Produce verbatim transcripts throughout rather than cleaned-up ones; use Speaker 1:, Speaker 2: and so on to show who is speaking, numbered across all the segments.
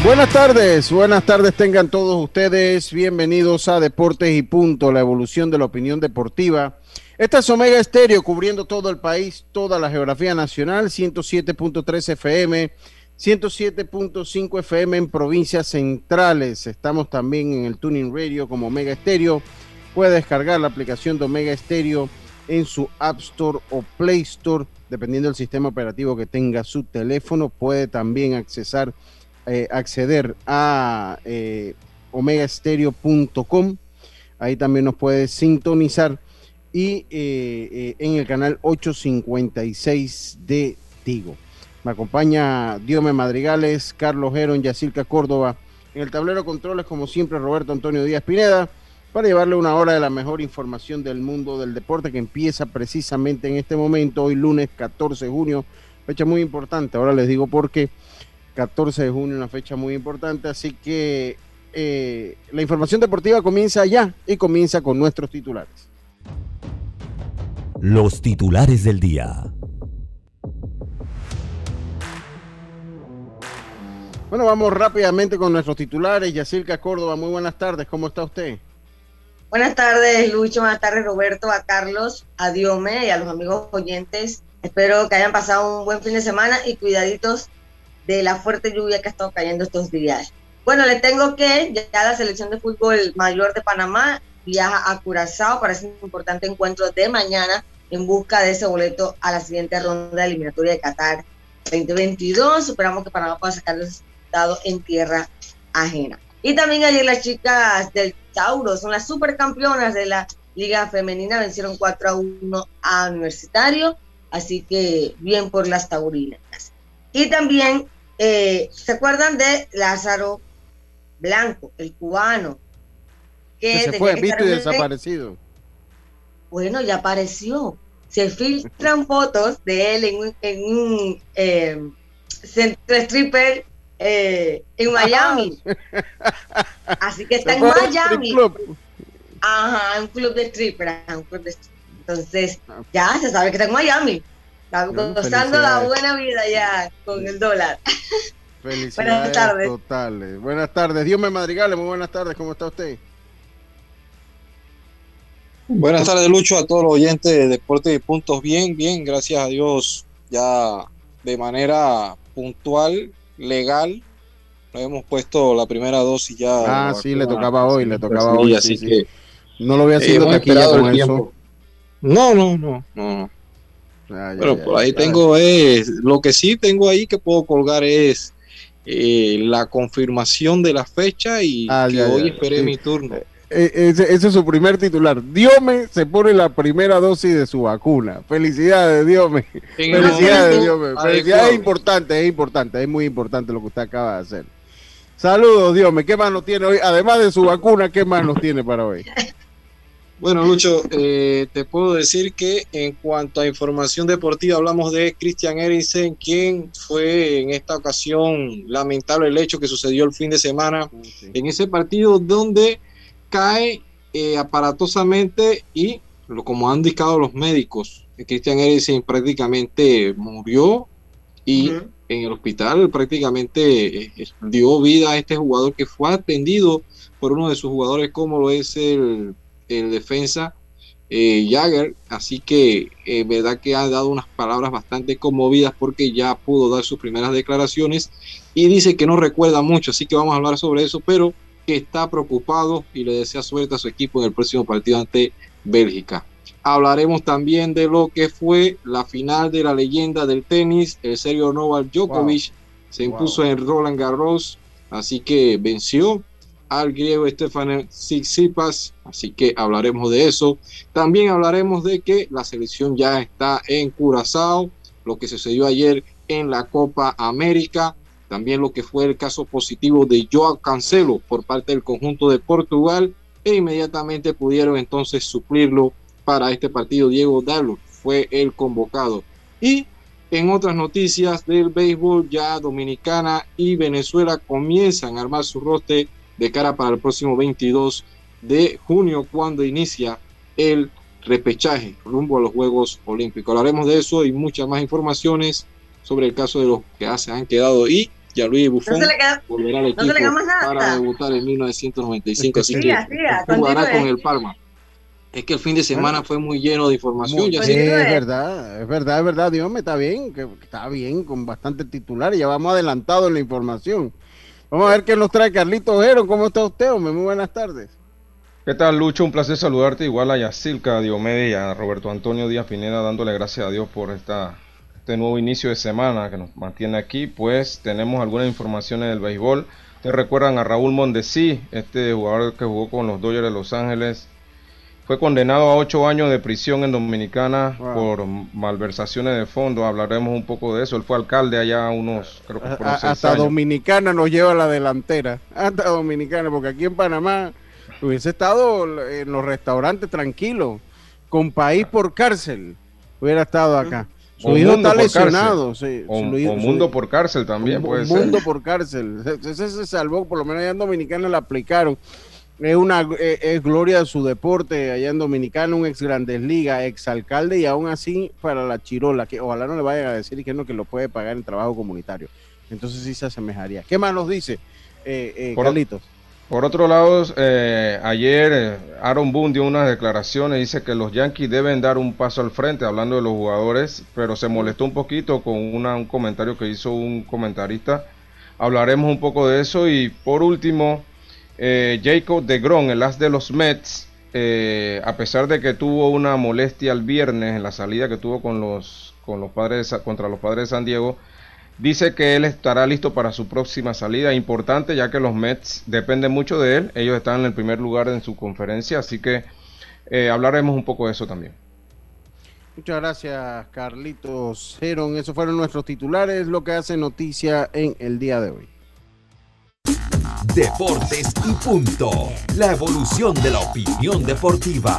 Speaker 1: Buenas tardes, buenas tardes tengan todos ustedes, bienvenidos a Deportes y Punto, la evolución de la opinión deportiva. Esta es Omega Estéreo, cubriendo todo el país, toda la geografía nacional, ciento siete punto tres F M, ciento siete punto cinco F M en provincias centrales. Estamos también en el Tuning Radio como Omega Estéreo. Puede descargar la aplicación de Omega Estéreo en su App Store o Play Store, dependiendo del sistema operativo que tenga su teléfono. Puede también accesar Eh, acceder a eh, omega estéreo punto com, ahí también nos puede sintonizar, y eh, eh, en el canal ochocientos cincuenta y seis de Tigo. Me acompaña Diome Madrigales, Carlos Heron, Yacirca Córdoba. En el tablero de controles, como siempre, Roberto Antonio Díaz Pineda, para llevarle una hora de la mejor información del mundo del deporte, que empieza precisamente en este momento, hoy lunes catorce de junio, fecha muy importante. Ahora les digo por qué. catorce de junio, una fecha muy importante, así que eh, la información deportiva comienza ya y comienza con nuestros titulares.
Speaker 2: Los titulares del día.
Speaker 1: Bueno, vamos rápidamente con nuestros titulares. Yacirca Córdoba, muy buenas tardes, ¿cómo está usted?
Speaker 3: Buenas tardes, Lucho, buenas tardes, Roberto, a Carlos, a Diome y a los amigos oyentes. Espero que hayan pasado un buen fin de semana y cuidaditos de la fuerte lluvia que ha estado cayendo estos días. Bueno, les tengo que ya la selección de fútbol mayor de Panamá viaja a Curazao para ese importante encuentro de mañana en busca de ese boleto a la siguiente ronda de eliminatoria de Qatar veinte veintidós. Esperamos que Panamá pueda sacar el resultado en tierra ajena. Y también ayer las chicas del Tauro son las supercampeonas de la Liga Femenina, vencieron cuatro a uno a Universitario, así que bien por las taurinas. Y también Eh, ¿se acuerdan de Lázaro Blanco, el cubano?
Speaker 1: Que, que se fue visto y desaparecido.
Speaker 3: Bueno, ya apareció. Se filtran fotos de él en un, en un eh, centro stripper eh, en Miami. Así que está en Miami. Ajá, un club de stripper. Un club de stripper. Entonces, ya se sabe que está en Miami. Está gozando la buena vida ya con el dólar.
Speaker 1: Felicidades. Buenas tardes. Totales. Buenas tardes. Diome Madrigales, muy buenas tardes. ¿Cómo está usted?
Speaker 4: Buenas tardes, Lucho, a todos los oyentes de Deportes y Puntos. Bien, bien, gracias a Dios. Ya de manera puntual, legal, nos hemos puesto la primera dosis ya.
Speaker 1: Ah, sí, le tocaba hoy, le tocaba hoy.
Speaker 4: Así
Speaker 1: sí,
Speaker 4: que
Speaker 1: sí. No lo voy haciendo taquilla con eso.
Speaker 4: No, no, no, no.
Speaker 1: Ah, ya,
Speaker 4: Pero
Speaker 1: ya,
Speaker 4: por ahí
Speaker 1: ya,
Speaker 4: tengo es, lo que sí tengo ahí que puedo colgar es eh, la confirmación de la fecha y
Speaker 1: ah,
Speaker 4: que
Speaker 1: ya,
Speaker 4: hoy
Speaker 1: ya,
Speaker 4: esperé
Speaker 1: sí.
Speaker 4: mi turno.
Speaker 1: Eh, ese, ese es su primer titular. Diome se pone la primera dosis de su vacuna. Felicidades, Diome. Felicidades, Diome. Felicidades, es importante, es importante, es muy importante lo que usted acaba de hacer. Saludos, Diome. ¿Qué más nos tiene hoy? Además de su vacuna, ¿qué más nos tiene para hoy?
Speaker 4: Bueno, Lucho, eh, te puedo decir que en cuanto a información deportiva hablamos de Christian Eriksen, quien fue en esta ocasión lamentable el hecho que sucedió el fin de semana sí. en ese partido donde cae eh, aparatosamente y lo, como han indicado los médicos, Christian Eriksen prácticamente murió y uh-huh. en el hospital prácticamente eh, dio vida a este jugador que fue atendido por uno de sus jugadores como lo es el el defensa eh, Jagger, así que eh, verdad que ha dado unas palabras bastante conmovidas porque ya pudo dar sus primeras declaraciones y dice que no recuerda mucho, así que vamos a hablar sobre eso, pero que está preocupado y le desea suerte a su equipo en el próximo partido ante Bélgica. Hablaremos también de lo que fue la final de la leyenda del tenis, el serbio Novak Djokovic wow. se impuso wow. en Roland Garros, así que venció al griego Stefanos Tsitsipas, así que hablaremos de eso. También hablaremos de que la selección ya está en Curazao, lo que sucedió ayer en la Copa América, también lo que fue el caso positivo de Joao Cancelo por parte del conjunto de Portugal, e inmediatamente pudieron entonces suplirlo para este partido. Diego Dalot fue el convocado. Y en otras noticias del béisbol, ya Dominicana y Venezuela comienzan a armar su roster de cara para el próximo veintidós de junio, cuando inicia el repechaje rumbo a los Juegos Olímpicos. Hablaremos de eso y muchas más informaciones sobre el caso de los que se han quedado y Gianluigi Buffon
Speaker 3: no se le queda,
Speaker 4: volverá al equipo
Speaker 3: no se le queda más nada.
Speaker 4: para debutar en mil novecientos noventa y cinco, así
Speaker 3: Sí,
Speaker 4: que
Speaker 3: así,
Speaker 4: jugará con el Parma. Es que el fin de semana fue muy lleno de información.
Speaker 1: Muy,
Speaker 4: Ya
Speaker 1: sí,
Speaker 4: se...
Speaker 1: es verdad, es verdad, es verdad, Dios me está bien, que que está bien, con bastante titular, ya vamos adelantado en la información. Vamos a ver qué nos trae Carlitos Ojero. ¿Cómo está usted, hombre? Muy buenas tardes.
Speaker 5: ¿Qué tal, Lucho? Un placer saludarte, igual a Yacilca Diomedes y a Roberto Antonio Díaz Pineda, dándole gracias a Dios por esta, este nuevo inicio de semana que nos mantiene aquí. Pues tenemos algunas informaciones del béisbol. Ustedes recuerdan a Raúl Mondesi, este jugador que jugó con los Dodgers de Los Ángeles. Fue condenado a ocho años de prisión en Dominicana wow. por malversaciones de fondos. Hablaremos un poco de eso. Él fue alcalde allá unos, creo que por
Speaker 1: a, Hasta años. Dominicana nos lleva a la delantera. Hasta Dominicana, porque aquí en Panamá hubiese estado en los restaurantes tranquilo, con país por cárcel. Hubiera estado acá. Su o hijo está lesionado. Sí,
Speaker 5: o,
Speaker 1: su,
Speaker 5: o mundo su, por cárcel también
Speaker 1: o,
Speaker 5: puede
Speaker 1: mundo
Speaker 5: ser.
Speaker 1: por cárcel. Ese se salvó, por lo menos allá en Dominicana le aplicaron. Es una es, es gloria de su deporte allá en Dominicana, un ex Grandes Ligas, ex alcalde y aún así para la chirola, que ojalá no le vayan a decir que no, que lo puede pagar en trabajo comunitario. Entonces sí se asemejaría. ¿Qué más nos dice, eh, eh,
Speaker 5: por,
Speaker 1: Carlitos?
Speaker 5: Por otro lado, eh, ayer eh, Aaron Boone dio unas declaraciones, dice que los Yankees deben dar un paso al frente, hablando de los jugadores, pero se molestó un poquito con una, un comentario que hizo un comentarista. Hablaremos un poco de eso y por último... Eh, Jacob deGrom, el as de los Mets, eh, a pesar de que tuvo una molestia el viernes en la salida que tuvo con los, con los padres de, contra los Padres de San Diego, dice que él estará listo para su próxima salida, importante ya que los Mets dependen mucho de él, ellos están en el primer lugar en su conferencia, así que eh, hablaremos un poco de eso también.
Speaker 1: Muchas gracias, Carlitos Heron. Esos fueron nuestros titulares, lo que hace noticia en el día de hoy.
Speaker 2: Deportes y punto. La evolución de la opinión deportiva.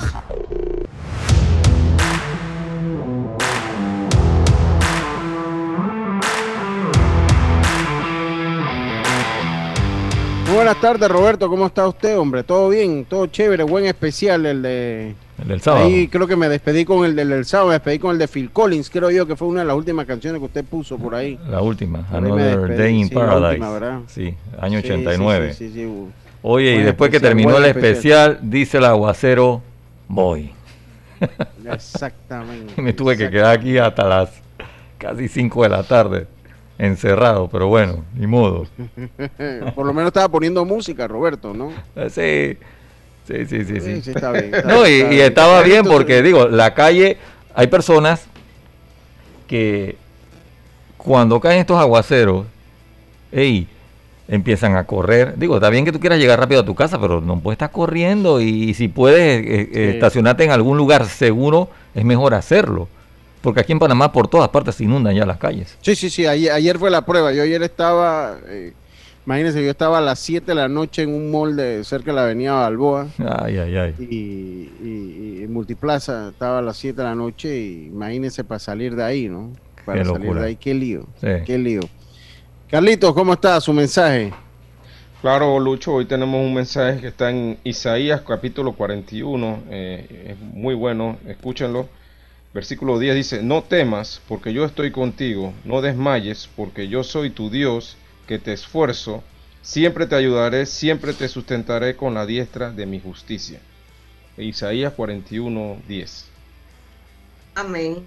Speaker 1: Muy buenas tardes, Roberto. ¿Cómo está usted, hombre? ¿Todo bien? ¿Todo chévere? Buen especial el de...
Speaker 6: El del sábado.
Speaker 1: Ahí creo que me despedí con el del, del sábado, me despedí con el de Phil Collins, creo yo que fue una de las últimas canciones que usted puso por ahí.
Speaker 6: La última, Another Day in
Speaker 1: sí,
Speaker 6: Paradise.
Speaker 1: Última,
Speaker 6: sí, año ochenta y nueve.
Speaker 1: Sí, sí, sí, sí.
Speaker 6: Oye,
Speaker 1: buen
Speaker 6: y después
Speaker 1: especial,
Speaker 6: que terminó el especial,
Speaker 1: especial,
Speaker 6: dice el aguacero, voy.
Speaker 1: Exactamente.
Speaker 6: Y me tuve
Speaker 1: exactamente.
Speaker 6: que quedar aquí hasta las casi cinco de la tarde, encerrado, pero bueno, ni modo.
Speaker 1: Por lo menos estaba poniendo música, Roberto, ¿no?
Speaker 6: Sí. Sí, sí, sí, sí.
Speaker 1: sí está bien, está
Speaker 6: no,
Speaker 1: bien,
Speaker 6: y,
Speaker 1: está
Speaker 6: y
Speaker 1: bien.
Speaker 6: estaba bien porque, digo, la calle, hay personas que cuando caen estos aguaceros, ey, empiezan a correr. Digo, está bien que tú quieras llegar rápido a tu casa, pero no puedes estar corriendo y si puedes eh, sí. estacionarte en algún lugar seguro, es mejor hacerlo. Porque aquí en Panamá por todas partes se inundan ya las calles.
Speaker 1: Sí, sí, sí, ayer, ayer fue la prueba. Yo ayer estaba... Eh, Imagínense, yo estaba a las siete de la noche en un mall de cerca de la avenida Balboa.
Speaker 6: Ay, ay, ay.
Speaker 1: Y, y, y en Multiplaza estaba a las siete de la noche y imagínense para salir de ahí, ¿no? Para
Speaker 6: qué
Speaker 1: salir
Speaker 6: locura.
Speaker 1: de ahí, qué lío,
Speaker 6: sí. qué
Speaker 1: lío. Carlitos, ¿cómo está su mensaje?
Speaker 5: Claro, Lucho, hoy tenemos un mensaje que está en Isaías capítulo cuarenta y uno, eh, es muy bueno, escúchenlo. Versículo diez dice, no temas porque yo estoy contigo, no desmayes porque yo soy tu Dios, que te esfuerzo, siempre te ayudaré, siempre te sustentaré con la diestra de mi justicia. Isaías cuarenta y uno, diez.
Speaker 3: Amén.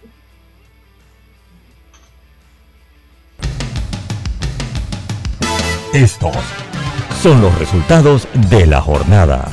Speaker 2: Estos son los resultados de la jornada.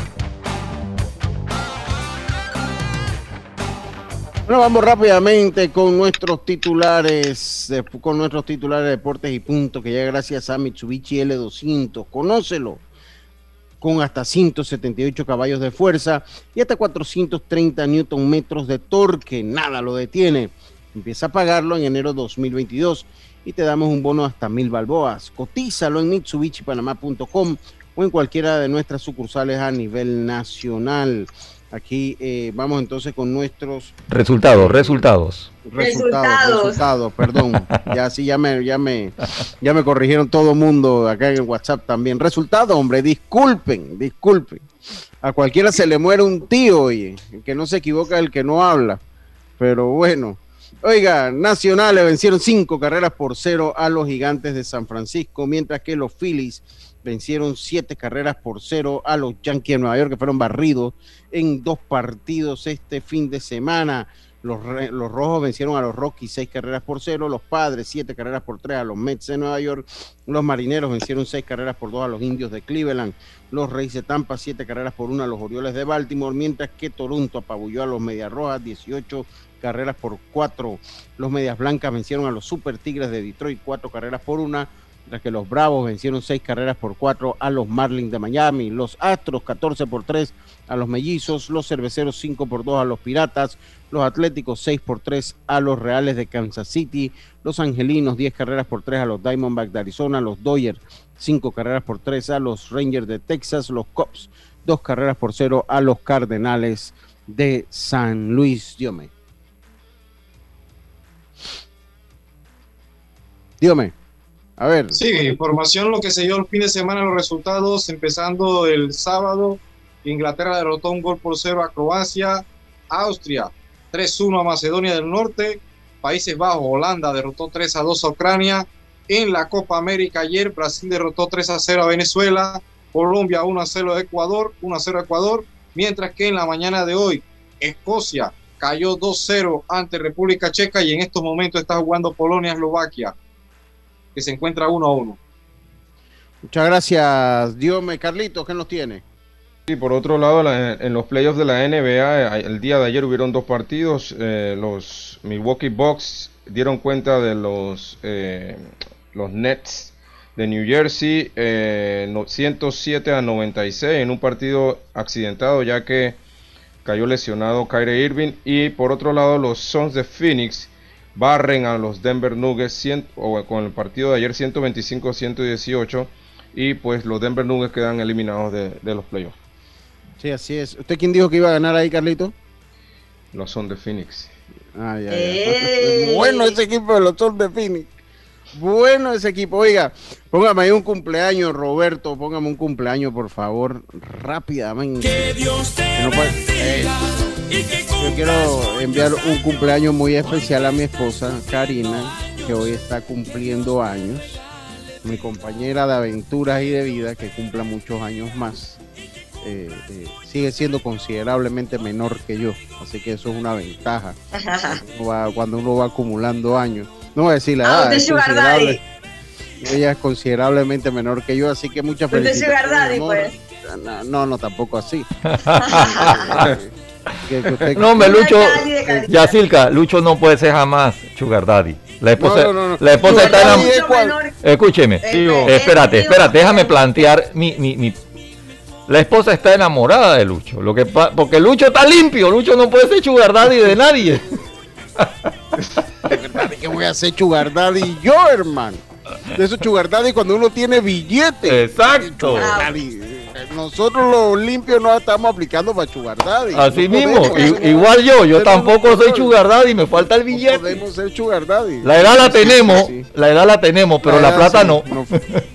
Speaker 1: Bueno, vamos rápidamente con nuestros titulares, de, con nuestros titulares de Deportes y Punto, que llega gracias a Mitsubishi L doscientos. Conócelo, con hasta ciento setenta y ocho caballos de fuerza y hasta cuatrocientos treinta newton metros de torque. Nada lo detiene. Empieza a pagarlo en enero dos mil veintidós y te damos un bono hasta mil balboas. Cotízalo en mitsubishi panamá punto com o en cualquiera de nuestras sucursales a nivel nacional. Aquí eh, vamos entonces con nuestros
Speaker 6: resultados, resultados.
Speaker 1: Resultados,
Speaker 3: Resultados.
Speaker 1: resultados, perdón. Ya sí, ya me, ya me, ya me corrigieron todo mundo acá en el WhatsApp también. Resultados, hombre, disculpen, disculpen. A cualquiera se le muere un tío, oye, el que no se equivoca es el que no habla. Pero bueno, Oiga, Nacionales vencieron cinco carreras por cero a los Gigantes de San Francisco, mientras que los Phillies vencieron siete carreras por cero a los Yankees de Nueva York, que fueron barridos en dos partidos este fin de semana. Los, los Rojos vencieron a los Rockies seis carreras por cero, los Padres siete carreras por tres a los Mets de Nueva York, los Marineros vencieron seis carreras por dos a los Indios de Cleveland, los Reyes de Tampa siete carreras por una a los Orioles de Baltimore, mientras que Toronto apabulló a los Medias Rojas dieciocho carreras por cuatro. Los Medias Blancas vencieron a los Super Tigres de Detroit cuatro carreras por una, mientras que los Bravos vencieron seis carreras por cuatro a los Marlins de Miami, los Astros catorce por tres a los Mellizos, los Cerveceros cinco por dos a los Piratas, los Atléticos seis por tres a los Reales de Kansas City, los Angelinos diez carreras por tres a los Diamondbacks de Arizona, los Dodgers cinco carreras por tres a los Rangers de Texas, los Cubs dos carreras por cero a los Cardenales de San Luis. Dígame. Dígame. A ver.
Speaker 4: Sí, información lo que se dio el fin de semana, los resultados, empezando el sábado, Inglaterra derrotó un gol por cero a Croacia, Austria tres uno a Macedonia del Norte, Países Bajos, Holanda derrotó tres a dos a Ucrania. En la Copa América ayer, Brasil derrotó tres a cero a Venezuela, Colombia uno a cero a Ecuador, uno a cero a Ecuador, mientras que en la mañana de hoy, Escocia cayó dos cero ante República Checa y en estos momentos está jugando Polonia-Eslovaquia, que se encuentra uno a uno.
Speaker 1: Muchas gracias, Diome. Carlitos, ¿qué nos tiene?
Speaker 5: Y por otro lado, la, en los playoffs de la N B A, el día de ayer hubieron dos partidos. Eh, los Milwaukee Bucks dieron cuenta de los, eh, los Nets de New Jersey, eh, ciento siete a noventa y seis, en un partido accidentado, ya que cayó lesionado Kyrie Irving. Y por otro lado, los Suns de Phoenix barren a los Denver Nuggets cien, o con el partido de ayer ciento veinticinco a ciento dieciocho, y pues los Denver Nuggets quedan eliminados de, de los playoffs.
Speaker 1: Sí, así es. ¿Usted quién dijo que iba a ganar ahí, Carlito?
Speaker 5: Los Suns de Phoenix.
Speaker 1: Ah, ya, ya. Bueno ese equipo de los Suns de Phoenix. Bueno ese equipo. Oiga, póngame ahí un cumpleaños, Roberto. Póngame un cumpleaños, por favor, rápidamente.
Speaker 7: Que Dios te
Speaker 1: no puede... eh, Yo quiero enviar un cumpleaños muy especial a mi esposa, Karina, que hoy está cumpliendo años. Mi compañera de aventuras y de vida, que cumpla muchos años más. Eh, eh, sigue siendo considerablemente menor que yo, así que eso es una ventaja uno va, cuando uno va acumulando años. No voy a decir la edad,
Speaker 3: ah,
Speaker 1: es considerable, ella es considerablemente menor que yo, así que muchas felicidades.
Speaker 3: Daddy, pues.
Speaker 1: no, no, no, tampoco así. que, que usted...
Speaker 6: No, hombre, Lucho, Yacirca, Lucho no puede ser jamás Sugar Daddy. La esposa, no, no, no. La esposa está enamorada. Escúcheme, eh, espérate, espérate, déjame plantear mi, mi, mi La esposa está enamorada de Lucho, lo que pa- porque Lucho está limpio, Lucho no puede ser sugar daddy de nadie.
Speaker 1: De verdad que voy a ser sugar daddy yo, hermano. De esos sugar daddy cuando uno tiene billete.
Speaker 6: Exacto.
Speaker 1: Nosotros los limpios no estamos aplicando para sugar daddy.
Speaker 6: Así
Speaker 1: no
Speaker 6: mismo,
Speaker 1: podemos,
Speaker 6: I- igual yo, yo tampoco soy sugar daddy, me falta el billete.
Speaker 1: No podemos ser sugar daddy.
Speaker 6: La edad la tenemos,
Speaker 1: sí, sí.
Speaker 6: la edad la tenemos, pero la, la plata sí, no. no.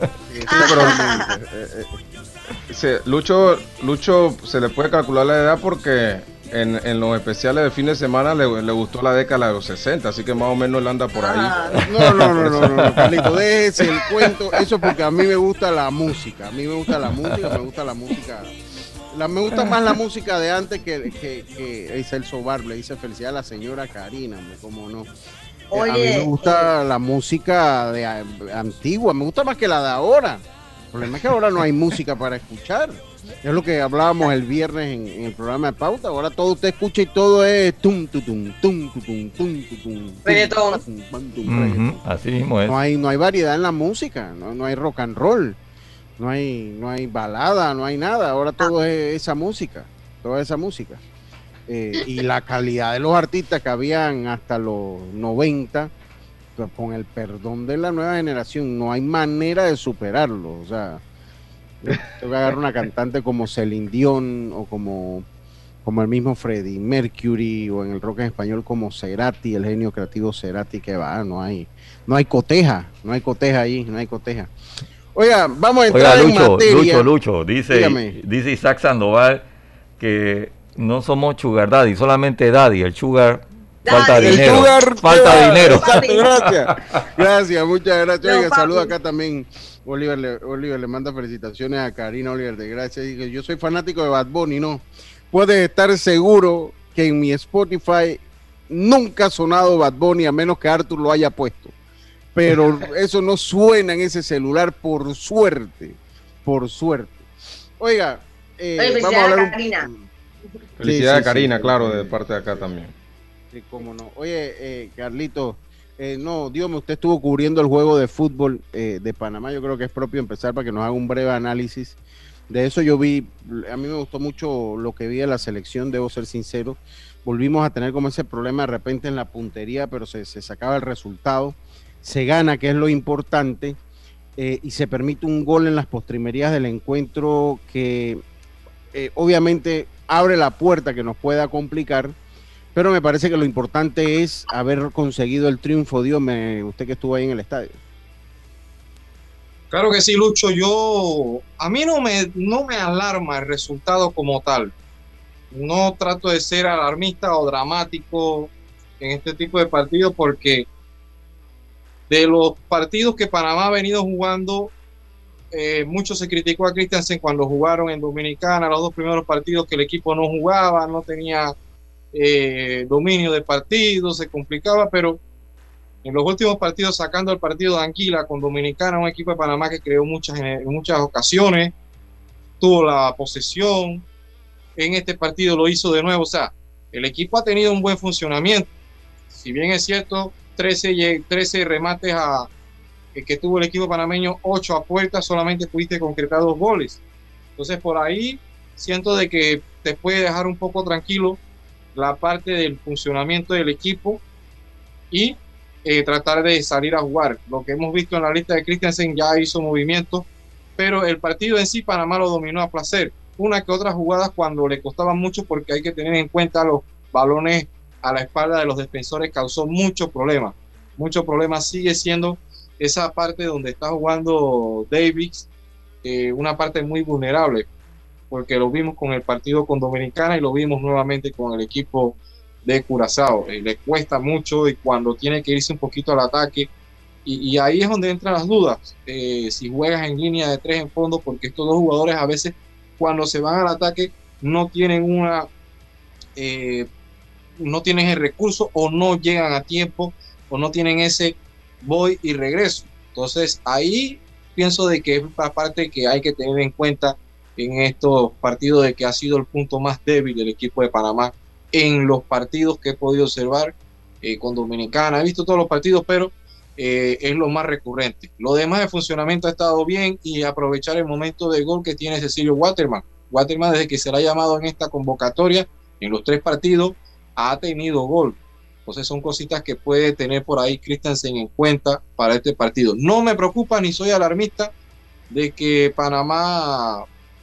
Speaker 5: Se, Lucho, Lucho se le puede calcular la edad porque en, en los especiales de fin de semana le, le gustó la década de los sesenta, así que más o menos él anda por ahí.
Speaker 1: No, no, no, no, no, no, Carlito, déjese el cuento, eso es porque a mí me gusta la música, a mí me gusta la música, me gusta la música, la, me gusta más la música de antes que, que, que dice el Sobar, le dice felicidad a la señora Karina, como no. Oye, a mí me gusta eh, la música de antigua, me gusta más que la de ahora. El problema es que ahora no hay música para escuchar. Es lo que hablábamos el viernes en, en el programa de Pauta. Ahora todo usted escucha y todo es tum tum tum tum tum tum tum.
Speaker 3: Reggaetón.
Speaker 6: Así mismo es.
Speaker 1: No hay no hay variedad en la música, no, no hay rock and roll, no hay no hay balada, no hay nada. Ahora todo es esa música, toda esa música. Eh, y la calidad de los artistas que habían hasta los noventa, con el perdón de la nueva generación, no hay manera de superarlo. O sea, te voy a agarrar una cantante como Celine Dion o como, como el mismo Freddie Mercury, o en el rock en español como Cerati, el genio creativo Cerati, que va, no hay, no hay coteja, no hay coteja ahí, no hay coteja. Oiga, vamos a entrar
Speaker 6: Oiga,
Speaker 1: en
Speaker 6: Lucho,
Speaker 1: materia.
Speaker 6: Lucho, Lucho, dice, dice Isaac Sandoval que no somos sugar daddy, solamente daddy, el sugar Falta
Speaker 3: El
Speaker 6: dinero.
Speaker 1: Sugar,
Speaker 6: Falta
Speaker 1: ah,
Speaker 6: dinero.
Speaker 1: exacto, gracias. Gracias, muchas gracias.
Speaker 3: No,
Speaker 1: Oiga,
Speaker 3: papi.
Speaker 1: saludo acá también. Oliver le, Oliver le manda felicitaciones a Karina Oliver de Gracias. Dice, yo soy fanático de Bad Bunny, no. Puedes estar seguro que en mi Spotify nunca ha sonado Bad Bunny a menos que Arthur lo haya puesto. Pero eso no suena en ese celular, por suerte. Por suerte. Oiga, eh,
Speaker 3: Oye,
Speaker 1: vamos a hablar un-
Speaker 3: Karina.
Speaker 5: Felicidades
Speaker 1: Sí,
Speaker 5: a Karina,
Speaker 1: sí,
Speaker 5: claro,
Speaker 1: sí.
Speaker 5: de parte de acá también.
Speaker 1: Sí, cómo no. Oye, eh, Carlito, eh, no, Dios mío, usted estuvo cubriendo el juego de fútbol eh, de Panamá. Yo creo que es propio empezar para que nos haga un breve análisis. De eso yo vi, a mí me gustó mucho lo que vi de la selección, debo ser sincero. Volvimos a tener como ese problema de repente en la puntería, pero se, se sacaba el resultado. Se gana, que es lo importante, eh, y se permite un gol en las postrimerías del encuentro que eh, obviamente abre la puerta que nos pueda complicar, pero me parece que lo importante es haber conseguido el triunfo. Dios me, usted que estuvo ahí en el estadio.
Speaker 4: Claro que sí, Lucho. Yo, a mí no me, no me alarma el resultado como tal. No trato de ser alarmista o dramático en este tipo de partidos porque de los partidos que Panamá ha venido jugando, eh, mucho se criticó a Christiansen cuando jugaron en Dominicana, los dos primeros partidos que el equipo no jugaba, no tenía eh, dominio de partido, se complicaba, pero en los últimos partidos, sacando el partido de Anguila con Dominicana, un equipo de Panamá que creó muchas, en muchas ocasiones, tuvo la posesión, en este partido lo hizo de nuevo, o sea, el equipo ha tenido un buen funcionamiento, si bien es cierto, trece, trece remates a, eh, que tuvo el equipo panameño, ocho a puerta, solamente pudiste concretar dos goles. Entonces por ahí siento de que te puede dejar un poco tranquilo la parte del funcionamiento del equipo y eh, tratar de salir a jugar. Lo que hemos visto en la lista de Christiansen, ya hizo movimientos, pero el partido en sí Panamá lo dominó a placer. Una que otras jugadas cuando le costaban mucho, porque hay que tener en cuenta los balones a la espalda de los defensores, causó mucho problema. Mucho problema sigue siendo esa parte donde está jugando Davis, eh, una parte muy vulnerable, porque lo vimos con el partido con Dominicana y lo vimos nuevamente con el equipo de Curazao. Eh, le cuesta mucho y cuando tiene que irse un poquito al ataque, y, y ahí es donde entran las dudas, eh, si juegas en línea de tres en fondo, porque estos dos jugadores a veces cuando se van al ataque no tienen una... Eh, no tienen el recurso o no llegan a tiempo o no tienen ese voy y regreso. Entonces ahí pienso de que es la parte que hay que tener en cuenta en estos partidos, de que ha sido el punto más débil del equipo de Panamá en los partidos que he podido observar eh, con Dominicana. He visto todos los partidos, pero eh, es lo más recurrente. Lo demás de funcionamiento ha estado bien y aprovechar el momento de gol que tiene Cecilio Waterman. Waterman, desde que se le ha llamado en esta convocatoria, en los tres partidos, ha tenido gol. Entonces son cositas que puede tener por ahí Christiansen en cuenta para este partido. No me preocupa ni soy alarmista de que Panamá,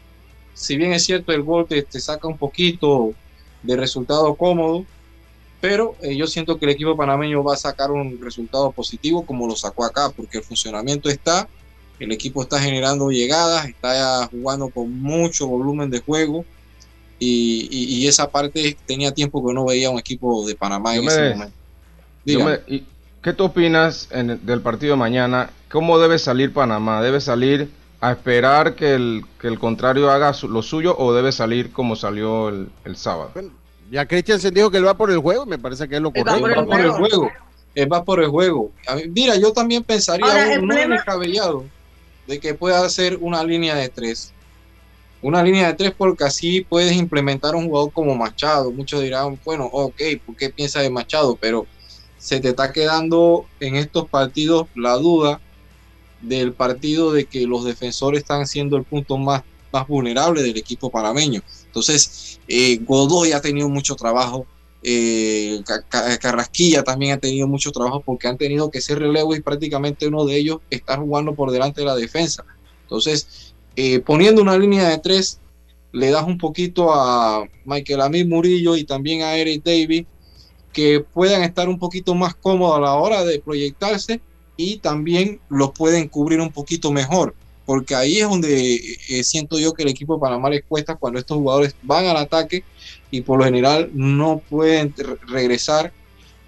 Speaker 4: si bien es cierto el gol te, te saca un poquito de resultado cómodo, pero eh, yo siento que el equipo panameño va a sacar un resultado positivo como lo sacó acá, porque el funcionamiento está, el equipo está generando llegadas, está jugando con mucho volumen de juego. Y, y, y esa parte tenía tiempo que no veía un equipo de Panamá en
Speaker 5: Yo
Speaker 4: ese
Speaker 5: me-
Speaker 4: momento.
Speaker 5: Yo
Speaker 4: Dígame.
Speaker 5: me- y- ¿Qué tú opinas en- del partido de mañana? ¿Cómo debe salir Panamá? ¿Debe salir a esperar que el, que el contrario haga su- lo suyo o debe salir como salió el, el sábado?
Speaker 1: Bueno, ya Christiansen dijo que él va por el juego, me parece que es lo
Speaker 3: Él va
Speaker 1: correcto.
Speaker 3: por
Speaker 4: Él
Speaker 3: el
Speaker 4: va por el
Speaker 3: juego.
Speaker 4: juego. Él va por el juego. A mí- mira, yo también pensaría,
Speaker 3: Ahora,
Speaker 4: un-
Speaker 3: el
Speaker 4: no es
Speaker 3: problema-
Speaker 4: descabellado, de que pueda hacer una línea de tres. Una línea de tres porque así puedes implementar un jugador como Machado. Muchos dirán, bueno, ok, ¿por qué piensas de Machado? Pero se te está quedando en estos partidos la duda del partido de que los defensores están siendo el punto más, más vulnerable del equipo panameño. Entonces, eh, Godoy ha tenido mucho trabajo, eh, Carrasquilla también ha tenido mucho trabajo porque han tenido que ser relevos y prácticamente uno de ellos está jugando por delante de la defensa. Entonces, eh, poniendo una línea de tres, le das un poquito a Michael Amir Murillo y también a Eric Davis, que puedan estar un poquito más cómodos a la hora de proyectarse y también los pueden cubrir un poquito mejor, porque ahí es donde eh, siento yo que el equipo de Panamá les cuesta cuando estos jugadores van al ataque y por lo general no pueden re- regresar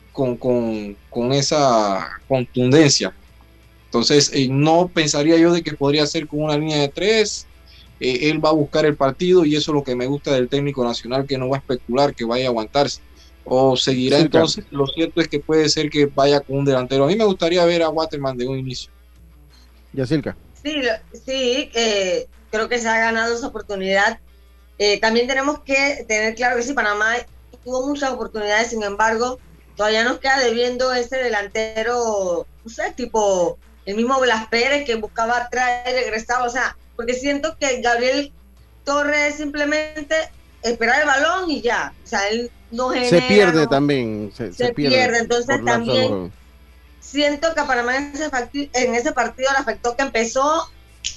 Speaker 4: con, con, con esa contundencia. Entonces, eh, no pensaría yo de que podría ser con una línea de tres. Eh, él va a buscar el partido y eso es lo que me gusta del técnico nacional, que no va a especular, que vaya a aguantarse. O seguirá, sí, entonces, claro. Lo cierto es que puede ser que vaya con un delantero. A mí me gustaría ver a Waterman de un inicio.
Speaker 1: Yacirca.
Speaker 3: Sí, sí, eh, creo que se ha ganado esa oportunidad. Eh, también tenemos que tener claro que sí, Panamá tuvo muchas oportunidades, sin embargo, todavía nos queda debiendo ese delantero, no sé, tipo el mismo Blas Pérez, que buscaba atrás y regresaba, o sea, porque siento que Gabriel Torres simplemente esperar el balón y ya, o sea, él no genera.
Speaker 1: Se pierde
Speaker 3: no,
Speaker 1: también, se,
Speaker 3: se,
Speaker 1: se pierde,
Speaker 3: pierde, entonces también
Speaker 1: razón.
Speaker 3: Siento que a Panamá en ese, en ese partido le afectó que empezó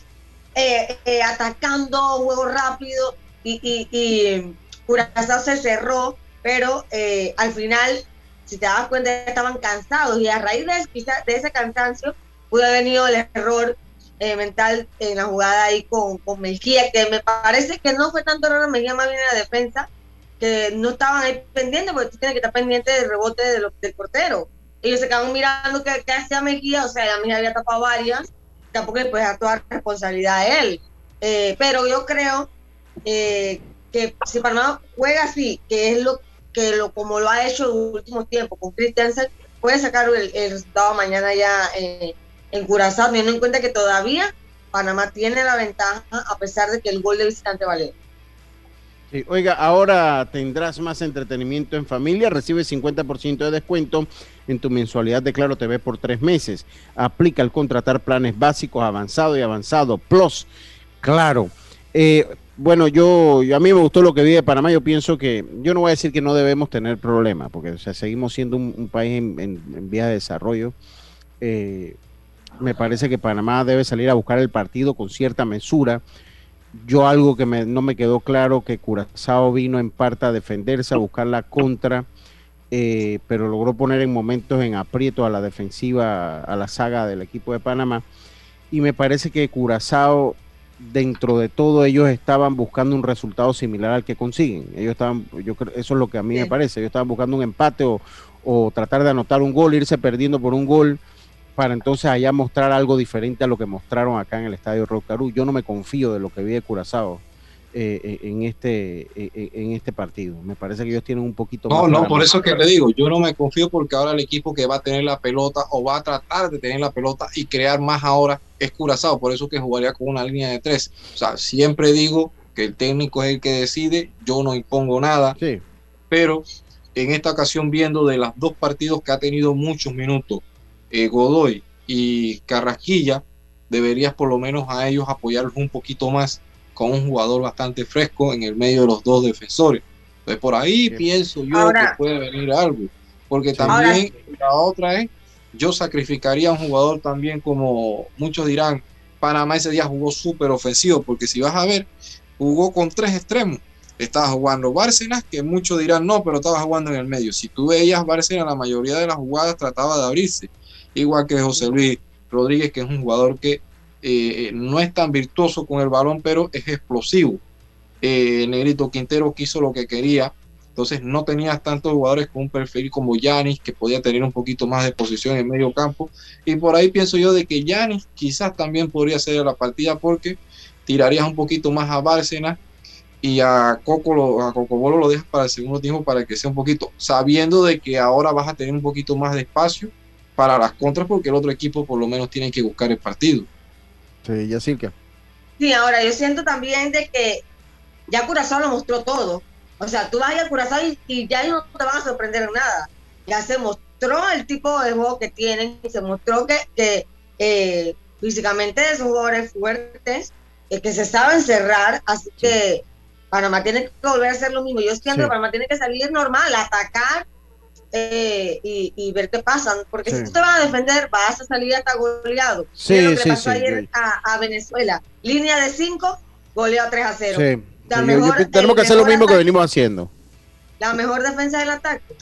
Speaker 3: eh, eh, atacando, juego rápido, y, y, y Curazao se cerró, pero eh, al final, si te das cuenta, estaban cansados, y a raíz de, quizá, de ese cansancio pudo haber venido el error eh, mental en la jugada ahí con, con Mejía, que me parece que no fue tanto error de Mejía, más bien en la defensa, que no estaban ahí pendientes, porque tú tienes que estar pendiente del rebote de lo, del portero. Ellos se quedaban mirando qué, qué hacía Mejía, o sea, la Mejía había tapado varias, tampoco le puedes dar toda responsabilidad a él. Eh, pero yo creo eh, que si Panamá juega así, que es lo que lo como lo ha hecho en los últimos tiempos con Christiansen, puede sacar el, el resultado mañana ya eh, en Curazao, teniendo en cuenta que todavía Panamá tiene la ventaja a pesar de que el gol de visitante vale.
Speaker 1: Sí, oiga, ahora tendrás más entretenimiento en familia, recibes cincuenta por ciento de descuento en tu mensualidad de Claro T V por tres meses. Aplica al contratar planes básicos, avanzado y avanzado plus. Claro. Eh, bueno, yo, yo a mí me gustó lo que vi de Panamá. Yo pienso que, yo no voy a decir que no debemos tener problemas, porque o sea, seguimos siendo un, un país en, en, en vías de desarrollo. Eh, me parece que Panamá debe salir a buscar el partido con cierta mesura. Yo algo que me, no me quedó claro, que Curazao vino en parte a defenderse, a buscar la contra, eh, pero logró poner en momentos en aprieto a la defensiva, a la saga del equipo de Panamá, y me parece que Curazao, dentro de todo, ellos estaban buscando un resultado similar al que consiguen. Ellos estaban, yo creo, eso es lo que a mí sí. me parece, ellos estaban buscando un empate o, o tratar de anotar un gol, irse perdiendo por un gol, para entonces allá mostrar algo diferente a lo que mostraron acá en el Estadio Rocarú. Yo no me confío de lo que vi de Curazao eh, en, este, eh, en este partido. Me parece que ellos tienen un poquito
Speaker 4: no,
Speaker 1: más.
Speaker 4: No, no, por eso que le digo, yo no me confío, porque ahora el equipo que va a tener la pelota o va a tratar de tener la pelota y crear más ahora es Curazao, por eso que jugaría con una línea de tres. O sea, siempre digo que el técnico es el que decide, yo no impongo nada,
Speaker 1: sí.
Speaker 4: Pero en esta ocasión, viendo de los dos partidos que ha tenido muchos minutos, Eh, Godoy y Carrasquilla, deberías por lo menos a ellos apoyarlos un poquito más con un jugador bastante fresco en el medio de los dos defensores. Entonces por ahí sí. pienso yo ahora, que puede venir algo, porque sí. también ahora, la otra es, yo sacrificaría a un jugador también, como muchos dirán, Panamá ese día jugó súper ofensivo, porque si vas a ver, jugó con tres extremos. Estaba jugando Bárcenas, que muchos dirán no, pero estaba jugando en el medio. Si tú veías, Bárcenas, la mayoría de las jugadas trataba de abrirse, igual que José Luis Rodríguez, que es un jugador que eh, no es tan virtuoso con el balón, pero es explosivo. Eh, Negrito Quintero quiso lo que quería, entonces no tenías tantos jugadores con un perfil como Yanis, que podía tener un poquito más de posición en medio campo, y por ahí pienso yo de que Yanis quizás también podría ser la partida, porque tirarías un poquito más a Bárcenas y a Coco lo, a Cocobolo lo dejas para el segundo tiempo, para que sea un poquito, sabiendo de que ahora vas a tener un poquito más de espacio para las contras, porque el otro equipo por lo menos tiene que buscar el partido.
Speaker 1: Sí, Yacirca.
Speaker 3: Sí, ahora yo siento también de que ya Curazao lo mostró todo. O sea, tú vas a ir a Curazao y, y ya no te van a sorprender en nada. Ya se mostró el tipo de juego que tienen, y se mostró que, que eh, físicamente son jugadores fuertes, eh, que se saben cerrar, así sí. que Panamá tiene que volver a hacer lo mismo. Yo siento sí. que Panamá tiene que salir normal, atacar, Eh, y, y ver qué pasa, porque sí. si tú te vas a defender vas a salir hasta goleado.
Speaker 1: Sí,
Speaker 3: lo que
Speaker 1: sí,
Speaker 3: le pasó
Speaker 1: sí,
Speaker 3: ayer
Speaker 1: sí.
Speaker 3: A, a Venezuela, línea de cinco, goleado tres a cero.
Speaker 1: Sí,
Speaker 3: la
Speaker 1: sí,
Speaker 3: mejor,
Speaker 1: yo, yo, tenemos que hacer lo mismo
Speaker 3: ataque,
Speaker 1: que venimos haciendo.
Speaker 3: La mejor defensa del ataque.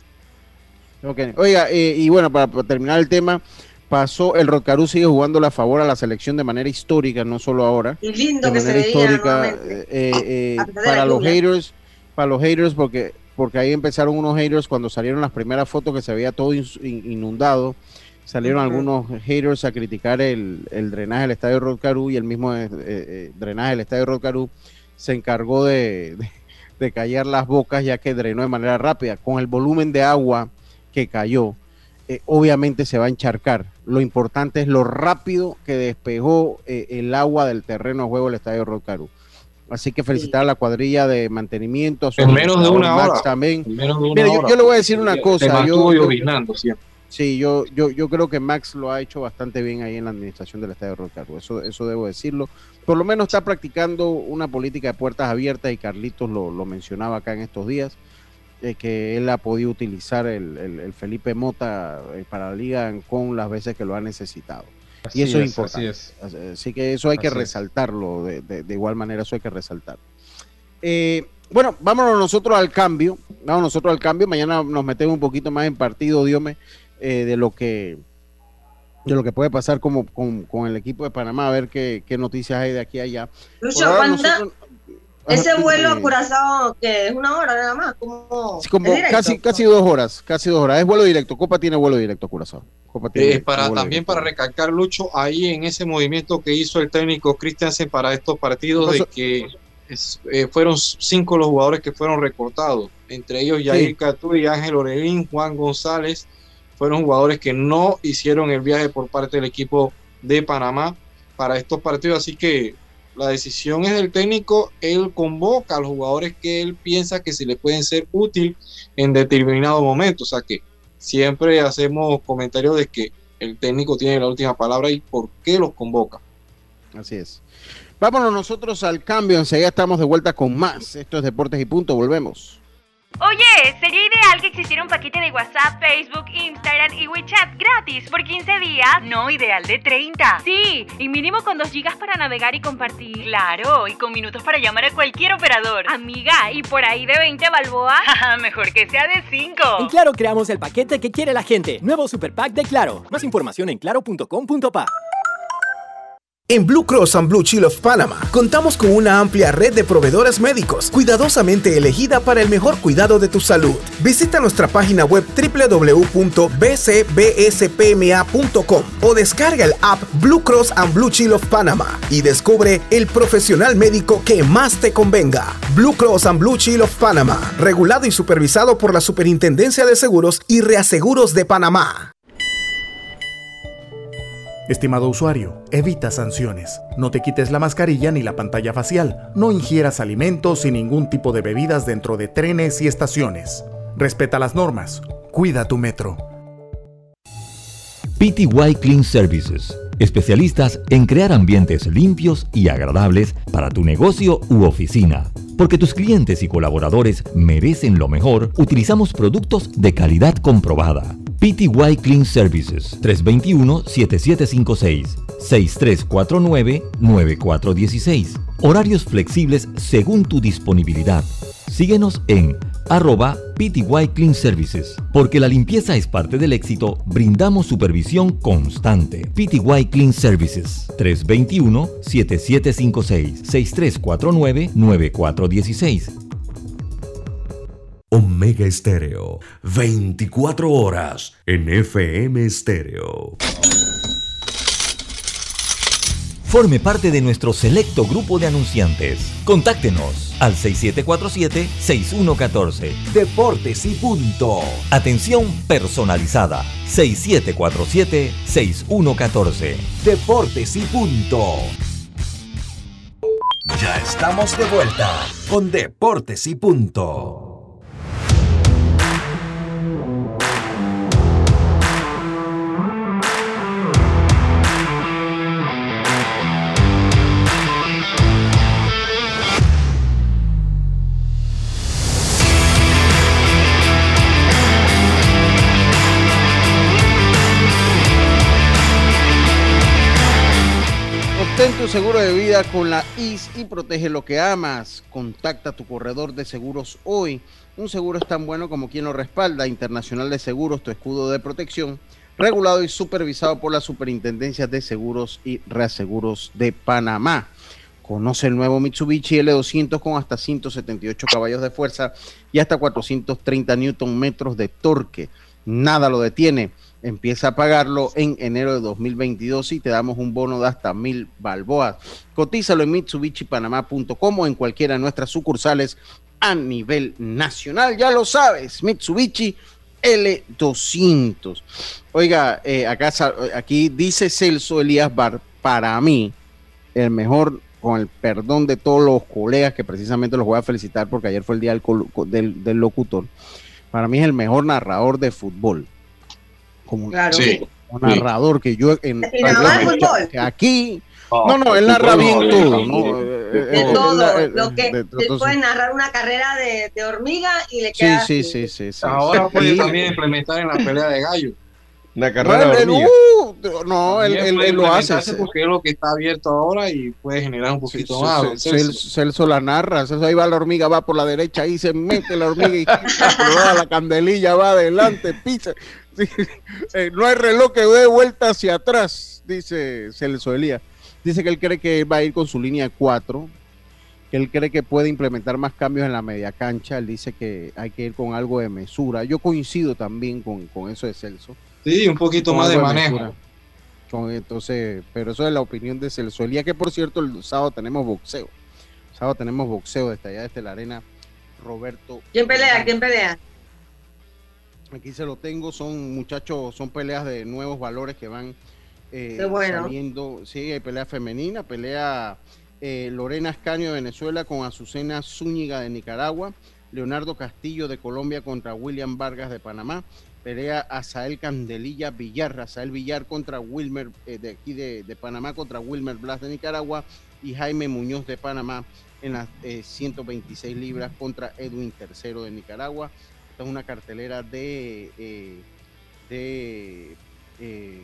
Speaker 1: Okay. Oiga, eh, y bueno, para, para terminar el tema, pasó el Rocarú, sigue jugando a favor a la selección de manera histórica, no solo ahora.
Speaker 3: Y lindo
Speaker 1: de
Speaker 3: que
Speaker 1: manera
Speaker 3: se
Speaker 1: histórica,
Speaker 3: veía
Speaker 1: eh, eh, para los haters, para los haters, porque porque ahí empezaron unos haters cuando salieron las primeras fotos que se veía todo inundado. Salieron uh-huh. algunos haters a criticar el, el drenaje del estadio Rod Carew, y el mismo eh, eh, drenaje del estadio Rod Carew se encargó de, de, de callar las bocas, ya que drenó de manera rápida. Con el volumen de agua que cayó, eh, obviamente se va a encharcar. Lo importante es lo rápido que despejó eh, el agua del terreno de juego del estadio Rod Carew. Así que felicitar sí. a la cuadrilla de mantenimiento. A su
Speaker 4: en menos de una
Speaker 1: Max
Speaker 4: hora.
Speaker 1: También.
Speaker 4: En menos de una
Speaker 1: Mira,
Speaker 4: hora.
Speaker 1: Yo, yo le voy a decir una cosa.
Speaker 4: Se mantuvo
Speaker 1: yo,
Speaker 4: llovinando siempre.
Speaker 1: Sí, yo, yo, yo creo que Max lo ha hecho bastante bien ahí en la administración del estadio Rod Carew. Eso, eso debo decirlo. Por lo menos está practicando una política de puertas abiertas, y Carlitos lo, lo mencionaba acá en estos días, eh, que él ha podido utilizar el, el, el Felipe Mota eh, para la liga con las veces que lo ha necesitado. Así y eso es, es importante. Así, es. así que eso hay así que resaltarlo, de, de, de igual manera eso hay que resaltarlo. Eh, bueno, vámonos nosotros al cambio, vámonos nosotros al cambio, mañana nos metemos un poquito más en partido, Diome, eh, de lo que de lo que puede pasar como, con, con el equipo de Panamá, a ver qué, qué noticias hay de aquí a allá.
Speaker 3: Lucho, nosotros, ese ajá, vuelo a Curazao, que es una hora nada más, como,
Speaker 1: sí, como casi, casi dos horas, casi dos horas, es vuelo directo, Copa tiene vuelo directo a Curazao. Copa tiene
Speaker 4: eh, para, también directo. Para recalcar, Lucho, ahí en ese movimiento que hizo el técnico Christiansen para estos partidos, de que Es, eh, fueron cinco los jugadores que fueron recortados, entre ellos Yair sí. Catú y Ángel Orelín, Juan González, fueron jugadores que no hicieron el viaje por parte del equipo de Panamá para estos partidos, así que la decisión es del técnico. Él convoca a los jugadores que él piensa que se le pueden ser útil en determinado momento, o sea que siempre hacemos comentarios de que el técnico tiene la última palabra y por qué los convoca.
Speaker 1: Así es. Vámonos nosotros al cambio, enseguida estamos de vuelta con más. Esto es Deportes y Punto, volvemos.
Speaker 7: Oye, sería ideal que existiera un paquete de WhatsApp, Facebook, Instagram y WeChat gratis por quince días. No, ideal de treinta. Sí, y mínimo con dos gigas para navegar y compartir. Claro, y con minutos para llamar a cualquier operador. Amiga, ¿y por ahí de veinte balboas? Mejor que sea de cinco.
Speaker 8: En Claro creamos el paquete que quiere la gente. Nuevo Super Pack de Claro. Más información en claro punto com punto pa.
Speaker 9: En Blue Cross and Blue Shield of Panama contamos con una amplia red de proveedores médicos cuidadosamente elegida para el mejor cuidado de tu salud. Visita nuestra página web doble u doble u doble u punto b c b s p m a punto com o descarga el app Blue Cross and Blue Shield of Panama y descubre el profesional médico que más te convenga. Blue Cross and Blue Shield of Panama, regulado y supervisado por la Superintendencia de Seguros y Reaseguros de Panamá.
Speaker 10: Estimado usuario, evita sanciones. No te quites la mascarilla ni la pantalla facial. No ingieras alimentos y ningún tipo de bebidas dentro de trenes y estaciones. Respeta las normas. Cuida tu metro.
Speaker 2: P T Y Clean Services. Especialistas en crear ambientes limpios y agradables para tu negocio u oficina. Porque tus clientes y colaboradores merecen lo mejor, utilizamos productos de calidad comprobada. P T Y Clean Services, tres dos uno, siete siete cinco seis, seis tres cuatro nueve, nueve cuatro uno seis. Horarios flexibles según tu disponibilidad. Síguenos en arroba P T Y Clean Services. Porque la limpieza es parte del éxito, brindamos supervisión constante. P T Y Clean Services, tres dos uno, siete siete cinco seis, seis tres cuatro nueve, nueve cuatro uno seis.
Speaker 11: Omega Estéreo, veinticuatro horas en F M Estéreo.
Speaker 2: Forme parte de nuestro selecto grupo de anunciantes. Contáctenos al seis siete cuatro siete, seis uno uno cuatro.
Speaker 11: Deportes y Punto.
Speaker 2: Atención personalizada. seis siete cuatro siete, seis uno uno cuatro.
Speaker 11: Deportes y Punto. Ya estamos de vuelta con Deportes y Punto.
Speaker 1: Obtén tu seguro de vida con la I S y protege lo que amas. Contacta a tu corredor de seguros hoy. Un seguro es tan bueno como quien lo respalda. Internacional de Seguros, tu escudo de protección. Regulado y supervisado por la Superintendencia de Seguros y Reaseguros de Panamá. Conoce el nuevo Mitsubishi L doscientos con hasta ciento setenta y ocho caballos de fuerza y hasta cuatrocientos treinta newton metros de torque. Nada lo detiene. Empieza a pagarlo en enero de dos mil veintidós y te damos un bono de hasta mil balboas. Cotízalo en mitsubishi panamá punto com o en cualquiera de nuestras sucursales a nivel nacional. Ya lo sabes, Mitsubishi L doscientos. Oiga, eh, acá aquí dice Celso Elías Bar, para mí, el mejor, con el perdón de todos los colegas que precisamente los voy a felicitar porque ayer fue el día del, del, del locutor, para mí es el mejor narrador de fútbol. Como
Speaker 3: claro.
Speaker 1: Sí, un narrador sí. que yo en,
Speaker 3: ¿Y nada más fútbol?
Speaker 1: Aquí no, no, él narra bien todo, ¿no?
Speaker 3: De todo, lo que puede narrar una carrera de, de hormiga y le queda.
Speaker 1: Sí, sí, sí, sí, sí.
Speaker 4: Ahora puede también implementar en la pelea de gallo.
Speaker 5: La carrera
Speaker 1: no,
Speaker 5: de hormiga.
Speaker 1: Uh, no, él, él, él lo hace.
Speaker 4: Porque es lo que está abierto ahora y puede generar un poquito
Speaker 1: sí,
Speaker 4: más.
Speaker 1: Sí, Celso. Celso la narra, Celso ahí va la hormiga, va por la derecha, ahí se mete la hormiga y va la candelilla, va adelante, pisa. Sí, eh, no hay reloj que dé vuelta hacia atrás, dice Celso Elías. Dice que él cree que va a ir con su línea cuatro, que él cree que puede implementar más cambios en la media cancha. Él dice que hay que ir con algo de mesura. Yo coincido también con, con eso de Celso.
Speaker 4: Sí, un poquito más de manejo.
Speaker 1: Con, entonces, pero eso es la opinión de Celso Elías, que por cierto el sábado tenemos boxeo. El sábado tenemos boxeo desde allá, desde la arena Roberto.
Speaker 3: ¿Quién pelea? ¿Quién pelea?
Speaker 1: Aquí se lo tengo, son muchachos, son peleas de nuevos valores que van eh,
Speaker 3: Qué bueno.
Speaker 1: saliendo. Sí, hay pelea femenina, pelea eh, Lorena Ascanio de Venezuela con Azucena Zúñiga de Nicaragua, Leonardo Castillo de Colombia contra William Vargas de Panamá, pelea Azael Candelilla Villar, Azael Villar contra Wilmer, eh, de aquí de, de Panamá contra Wilmer Blas de Nicaragua, y Jaime Muñoz de Panamá en las eh, ciento veintiséis libras contra Edwin Tercero de Nicaragua. Esta es una cartelera de eh, de eh,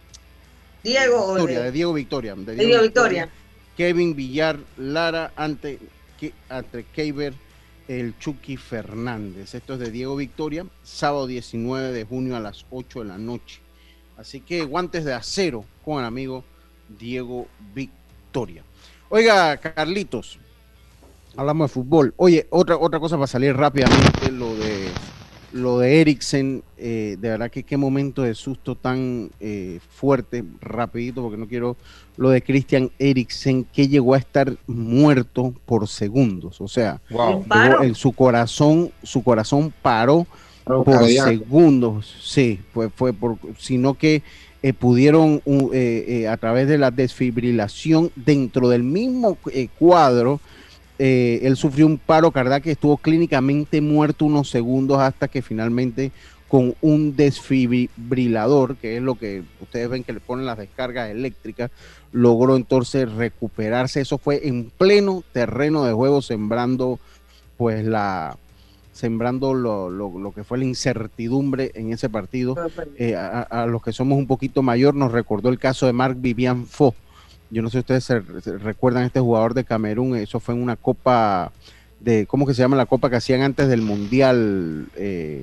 Speaker 3: Diego
Speaker 1: Victoria,
Speaker 3: de,
Speaker 1: de Diego Victoria, de
Speaker 3: de
Speaker 1: Diego
Speaker 3: Diego
Speaker 1: Victoria.
Speaker 3: Victoria.
Speaker 1: Kevin Villar Lara ante, ante Keiber el Chucky Fernández. Esto es de Diego Victoria, sábado diecinueve de junio a las ocho de la noche. Así que guantes de acero con el amigo Diego Victoria. Oiga, Carlitos, hablamos de fútbol. Oye, otra, otra cosa para salir rápidamente, lo de lo de Eriksen, eh, de verdad que qué momento de susto tan eh, fuerte, rapidito, porque no quiero, lo de Christian Eriksen, que llegó a estar muerto por segundos, o sea,
Speaker 5: wow.
Speaker 1: llegó, el, su corazón, su corazón paró
Speaker 4: Pero
Speaker 1: por
Speaker 4: cardíaco.
Speaker 1: segundos, sí, fue, fue por, sino que eh, pudieron uh, eh, eh, a través de la desfibrilación dentro del mismo eh, cuadro. Eh, él sufrió un paro cardíaco y estuvo clínicamente muerto unos segundos hasta que finalmente con un desfibrilador, que es lo que ustedes ven que le ponen las descargas eléctricas, logró entonces recuperarse. Eso fue en pleno terreno de juego, sembrando pues la sembrando lo, lo, lo que fue la incertidumbre en ese partido. Eh, a, a los que somos un poquito mayor nos recordó el caso de Marc-Vivien Foé. Yo no sé si ustedes se, se recuerdan a este jugador de Camerún, eso fue en una copa de, ¿cómo que se llama la copa que hacían antes del Mundial? Eh,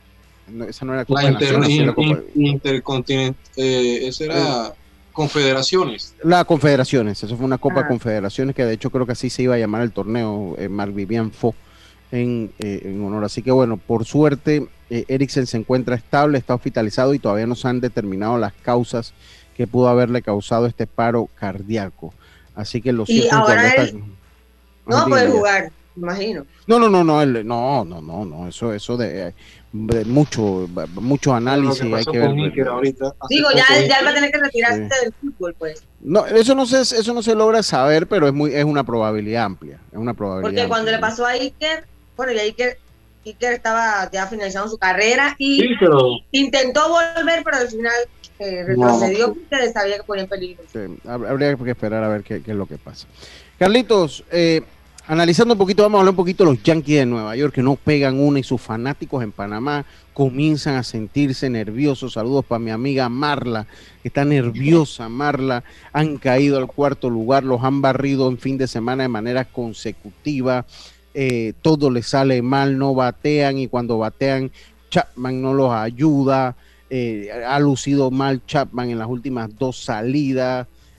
Speaker 1: no, esa no era Copa
Speaker 4: la
Speaker 1: de Naciones,
Speaker 4: inter,
Speaker 1: la Copa,
Speaker 4: Intercontinental, eh, esa era eh, Confederaciones.
Speaker 1: La Confederaciones, eso fue una Copa
Speaker 3: Ah.
Speaker 1: Confederaciones que de hecho creo que así se iba a llamar el torneo, eh, Marc-Vivien Foé en, eh, en honor. Así que bueno, por suerte eh, Eriksen se encuentra estable, está hospitalizado y todavía no se han determinado las causas que pudo haberle causado este paro cardíaco. Así que lo
Speaker 3: Y
Speaker 1: cierto
Speaker 3: ahora
Speaker 1: cuando
Speaker 3: él
Speaker 1: está-
Speaker 3: No
Speaker 1: Ajá,
Speaker 3: puede
Speaker 1: diga,
Speaker 3: jugar, imagino.
Speaker 1: No, no, no, no, él- no, no, no, no, eso, eso de, de mucho, mucho análisis
Speaker 4: Lo que
Speaker 1: hay
Speaker 4: pasó
Speaker 1: que
Speaker 4: con
Speaker 1: ver.
Speaker 4: Níker ahorita, hace
Speaker 3: Digo,
Speaker 4: poco,
Speaker 3: ya,
Speaker 4: ¿viste?
Speaker 3: ya él va a tener que retirarse
Speaker 1: Sí.
Speaker 3: del fútbol, pues.
Speaker 1: No, eso no se, eso no se logra saber, pero es muy, es una probabilidad amplia, es una probabilidad.
Speaker 3: Porque cuando le
Speaker 1: amplia.
Speaker 3: pasó a Iker, bueno, ya Iker, Iker estaba ya finalizando su carrera y
Speaker 4: Sí, pero
Speaker 3: intentó volver, pero al final eh, retrocedió porque sabía que ponía en peligro.
Speaker 1: Sí, hab- habría que esperar a ver qué, qué es lo que pasa. Carlitos, eh, analizando un poquito, vamos a hablar un poquito de los Yankees de Nueva York, que no pegan una y sus fanáticos en Panamá comienzan a sentirse nerviosos. Saludos para mi amiga Marla, que está nerviosa. Marla, han caído al cuarto lugar, los han barrido en fin de semana de manera consecutiva. Eh, todo les sale mal, no batean y cuando batean Chapman no los ayuda. Eh, ha lucido mal Chapman en las últimas dos salidas.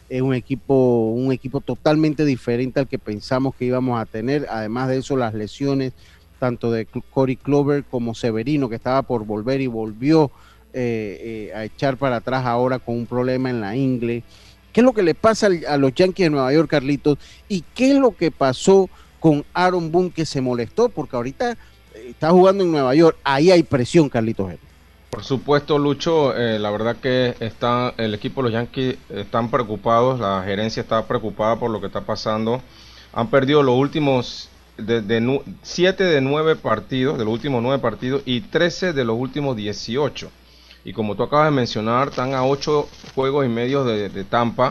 Speaker 1: es un equipo, un equipo totalmente diferente al que pensamos que íbamos a tener. Además de eso, las lesiones tanto de Corey Kluber como Severino, que estaba por volver y volvió eh, eh, a echar para atrás ahora con un problema en la ingle. ¿Qué es lo que le pasa a los Yankees de Nueva York, Carlitos? ¿Y qué es lo que pasó con Aaron Boone, que se molestó? Porque ahorita está jugando en Nueva York, ahí hay presión, Carlitos.
Speaker 5: Por supuesto, Lucho, eh, la verdad que está, el equipo de los Yankees están preocupados, la gerencia está preocupada por lo que está pasando. Han perdido los últimos de, de, siete de nueve partidos, de los últimos nueve partidos, y trece de los últimos dieciocho. Y como tú acabas de mencionar, están a ocho juegos y medio de, de Tampa.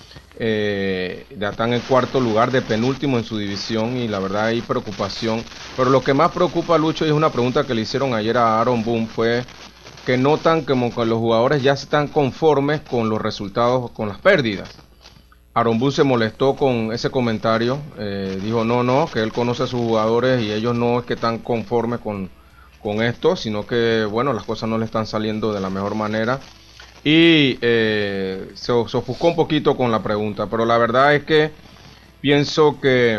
Speaker 5: Eh, ya están en cuarto lugar, de penúltimo en su división, y la verdad hay preocupación. Pero lo que más preocupa, Lucho, y es una pregunta que le hicieron ayer a Aaron Boone, fue que notan como que los jugadores ya están conformes con los resultados, con las pérdidas. Aaron Boone se molestó con ese comentario, eh, dijo no, no, que él conoce a sus jugadores y ellos no es que están conformes con, con esto, sino que bueno, las cosas no le están saliendo de la mejor manera. Y eh, se, se ofuscó un poquito con la pregunta, pero la verdad es que pienso que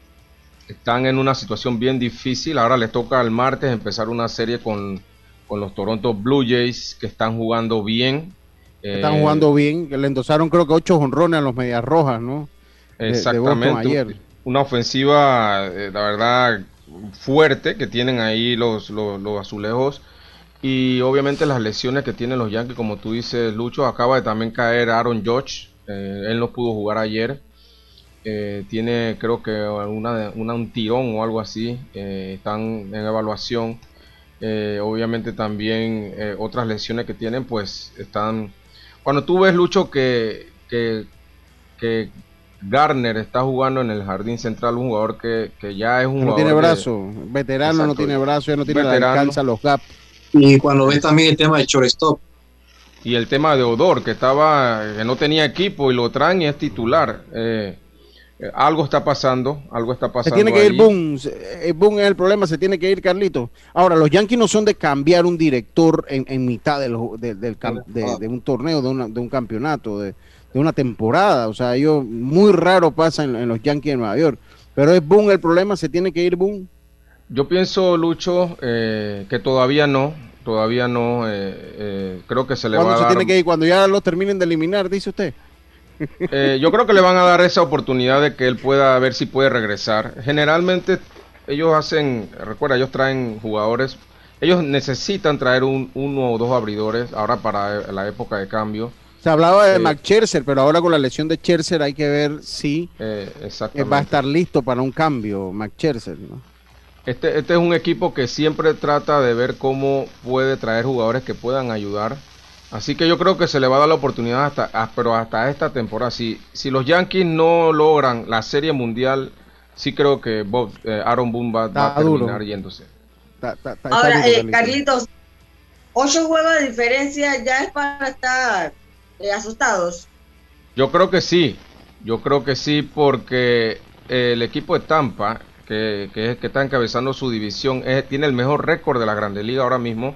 Speaker 5: están en una situación bien difícil. Ahora les toca el martes empezar una serie con, con los Toronto Blue Jays, que están jugando bien.
Speaker 1: Están eh, jugando bien, que le endosaron creo que ocho jonrones a los Medias Rojas, ¿no?
Speaker 5: Exactamente, de, de una ofensiva, eh, la verdad, fuerte que tienen ahí los, los, los azulejos. Y obviamente las lesiones que tienen los Yankees, como tú dices, Lucho, acaba de también caer Aaron Judge, eh, él no pudo jugar ayer, eh, tiene creo que una, una, un tirón o algo así, eh, están en evaluación, eh, obviamente también eh, otras lesiones que tienen pues están, cuando tú ves, Lucho, que, que, que Garner está jugando en el jardín central, un jugador que, que ya es un
Speaker 1: no
Speaker 5: jugador
Speaker 1: tiene brazo,
Speaker 5: de,
Speaker 1: veterano,
Speaker 5: exacto,
Speaker 1: no tiene brazo, ya no tiene
Speaker 5: veterano,
Speaker 1: la alcanza los gaps.
Speaker 4: Y cuando ves también el tema de shortstop.
Speaker 5: Y el tema de Odor, que estaba, que no tenía equipo y lo traen y es titular. Eh, eh, algo está pasando, algo está pasando.
Speaker 1: Se tiene que
Speaker 5: ahí.
Speaker 1: ir Boone, Boone es el problema, se tiene que ir Carlito. Ahora, los Yankees no son de cambiar un director en, en mitad del, de, del, de, de un torneo, de, una, de un campeonato, de, de una temporada. O sea, ellos muy raro pasa en, en los Yankees de Nueva York. Pero es Boone el problema, se tiene que ir Boone.
Speaker 5: Yo pienso, Lucho, eh, que todavía no, todavía no, eh, eh, creo que se le va a dar...
Speaker 1: ¿Cuándo se tiene que ir? Cuando ya lo terminen de eliminar, dice usted.
Speaker 5: Eh, yo creo que le van a dar esa oportunidad de que él pueda ver si puede regresar. Generalmente ellos hacen, recuerda, ellos traen jugadores, ellos necesitan traer un, uno o dos abridores ahora para la época de cambio.
Speaker 1: Se hablaba de
Speaker 5: eh,
Speaker 1: Max Scherzer, pero ahora con la lesión de Scherzer hay que ver si
Speaker 5: eh,
Speaker 1: va a estar listo para un cambio, Max Scherzer, ¿no?
Speaker 5: Este, este es un equipo que siempre trata de ver cómo puede traer jugadores que puedan ayudar. Así que yo creo que se le va a dar la oportunidad hasta, ah, pero hasta esta temporada. Si, si los Yankees no logran la Serie Mundial, sí creo que Bob, eh, Aaron Boone va, va a terminar duro. yéndose.
Speaker 3: Ta, ta, ta, Ahora, eh, Carlitos, ocho juegos de diferencia ya es para estar eh, asustados.
Speaker 5: Yo creo que sí, yo creo que sí, porque eh, el equipo de Tampa, que, que, que está encabezando su división, es, tiene el mejor récord de la Grandes Ligas ahora mismo.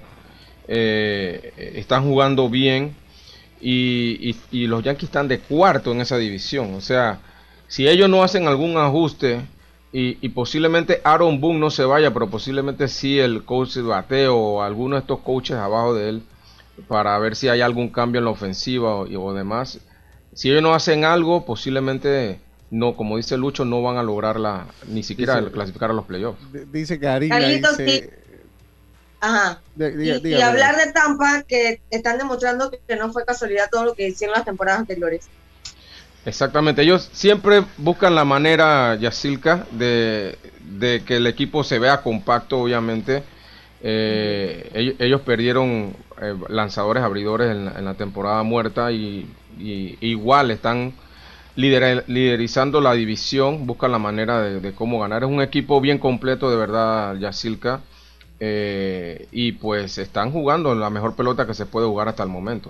Speaker 5: Eh, están jugando bien y, y, y los Yankees están de cuarto en esa división. O sea, si ellos no hacen algún ajuste y, y posiblemente Aaron Boone no se vaya, pero posiblemente sí el coach de bateo o alguno de estos coaches abajo de él, para ver si hay algún cambio en la ofensiva o, o demás. Si ellos no hacen algo, posiblemente no, como dice Lucho, no van a lograr la, ni siquiera dice, clasificar a los playoffs.
Speaker 1: Dice Karina, dice...
Speaker 3: Ajá. De, de, y, y hablar de Tampa, que están demostrando que no fue casualidad todo lo que hicieron las temporadas anteriores.
Speaker 5: Exactamente, ellos siempre buscan la manera, Yacilca, de, de que el equipo se vea compacto, obviamente. Eh, uh-huh. ellos, ellos perdieron eh, lanzadores, abridores en la, en la temporada muerta y, y igual están lider, liderizando la división, buscan la manera de, de cómo ganar. Es un equipo bien completo, de verdad, Yacilca. Eh, y pues están jugando la mejor pelota que se puede jugar hasta el momento.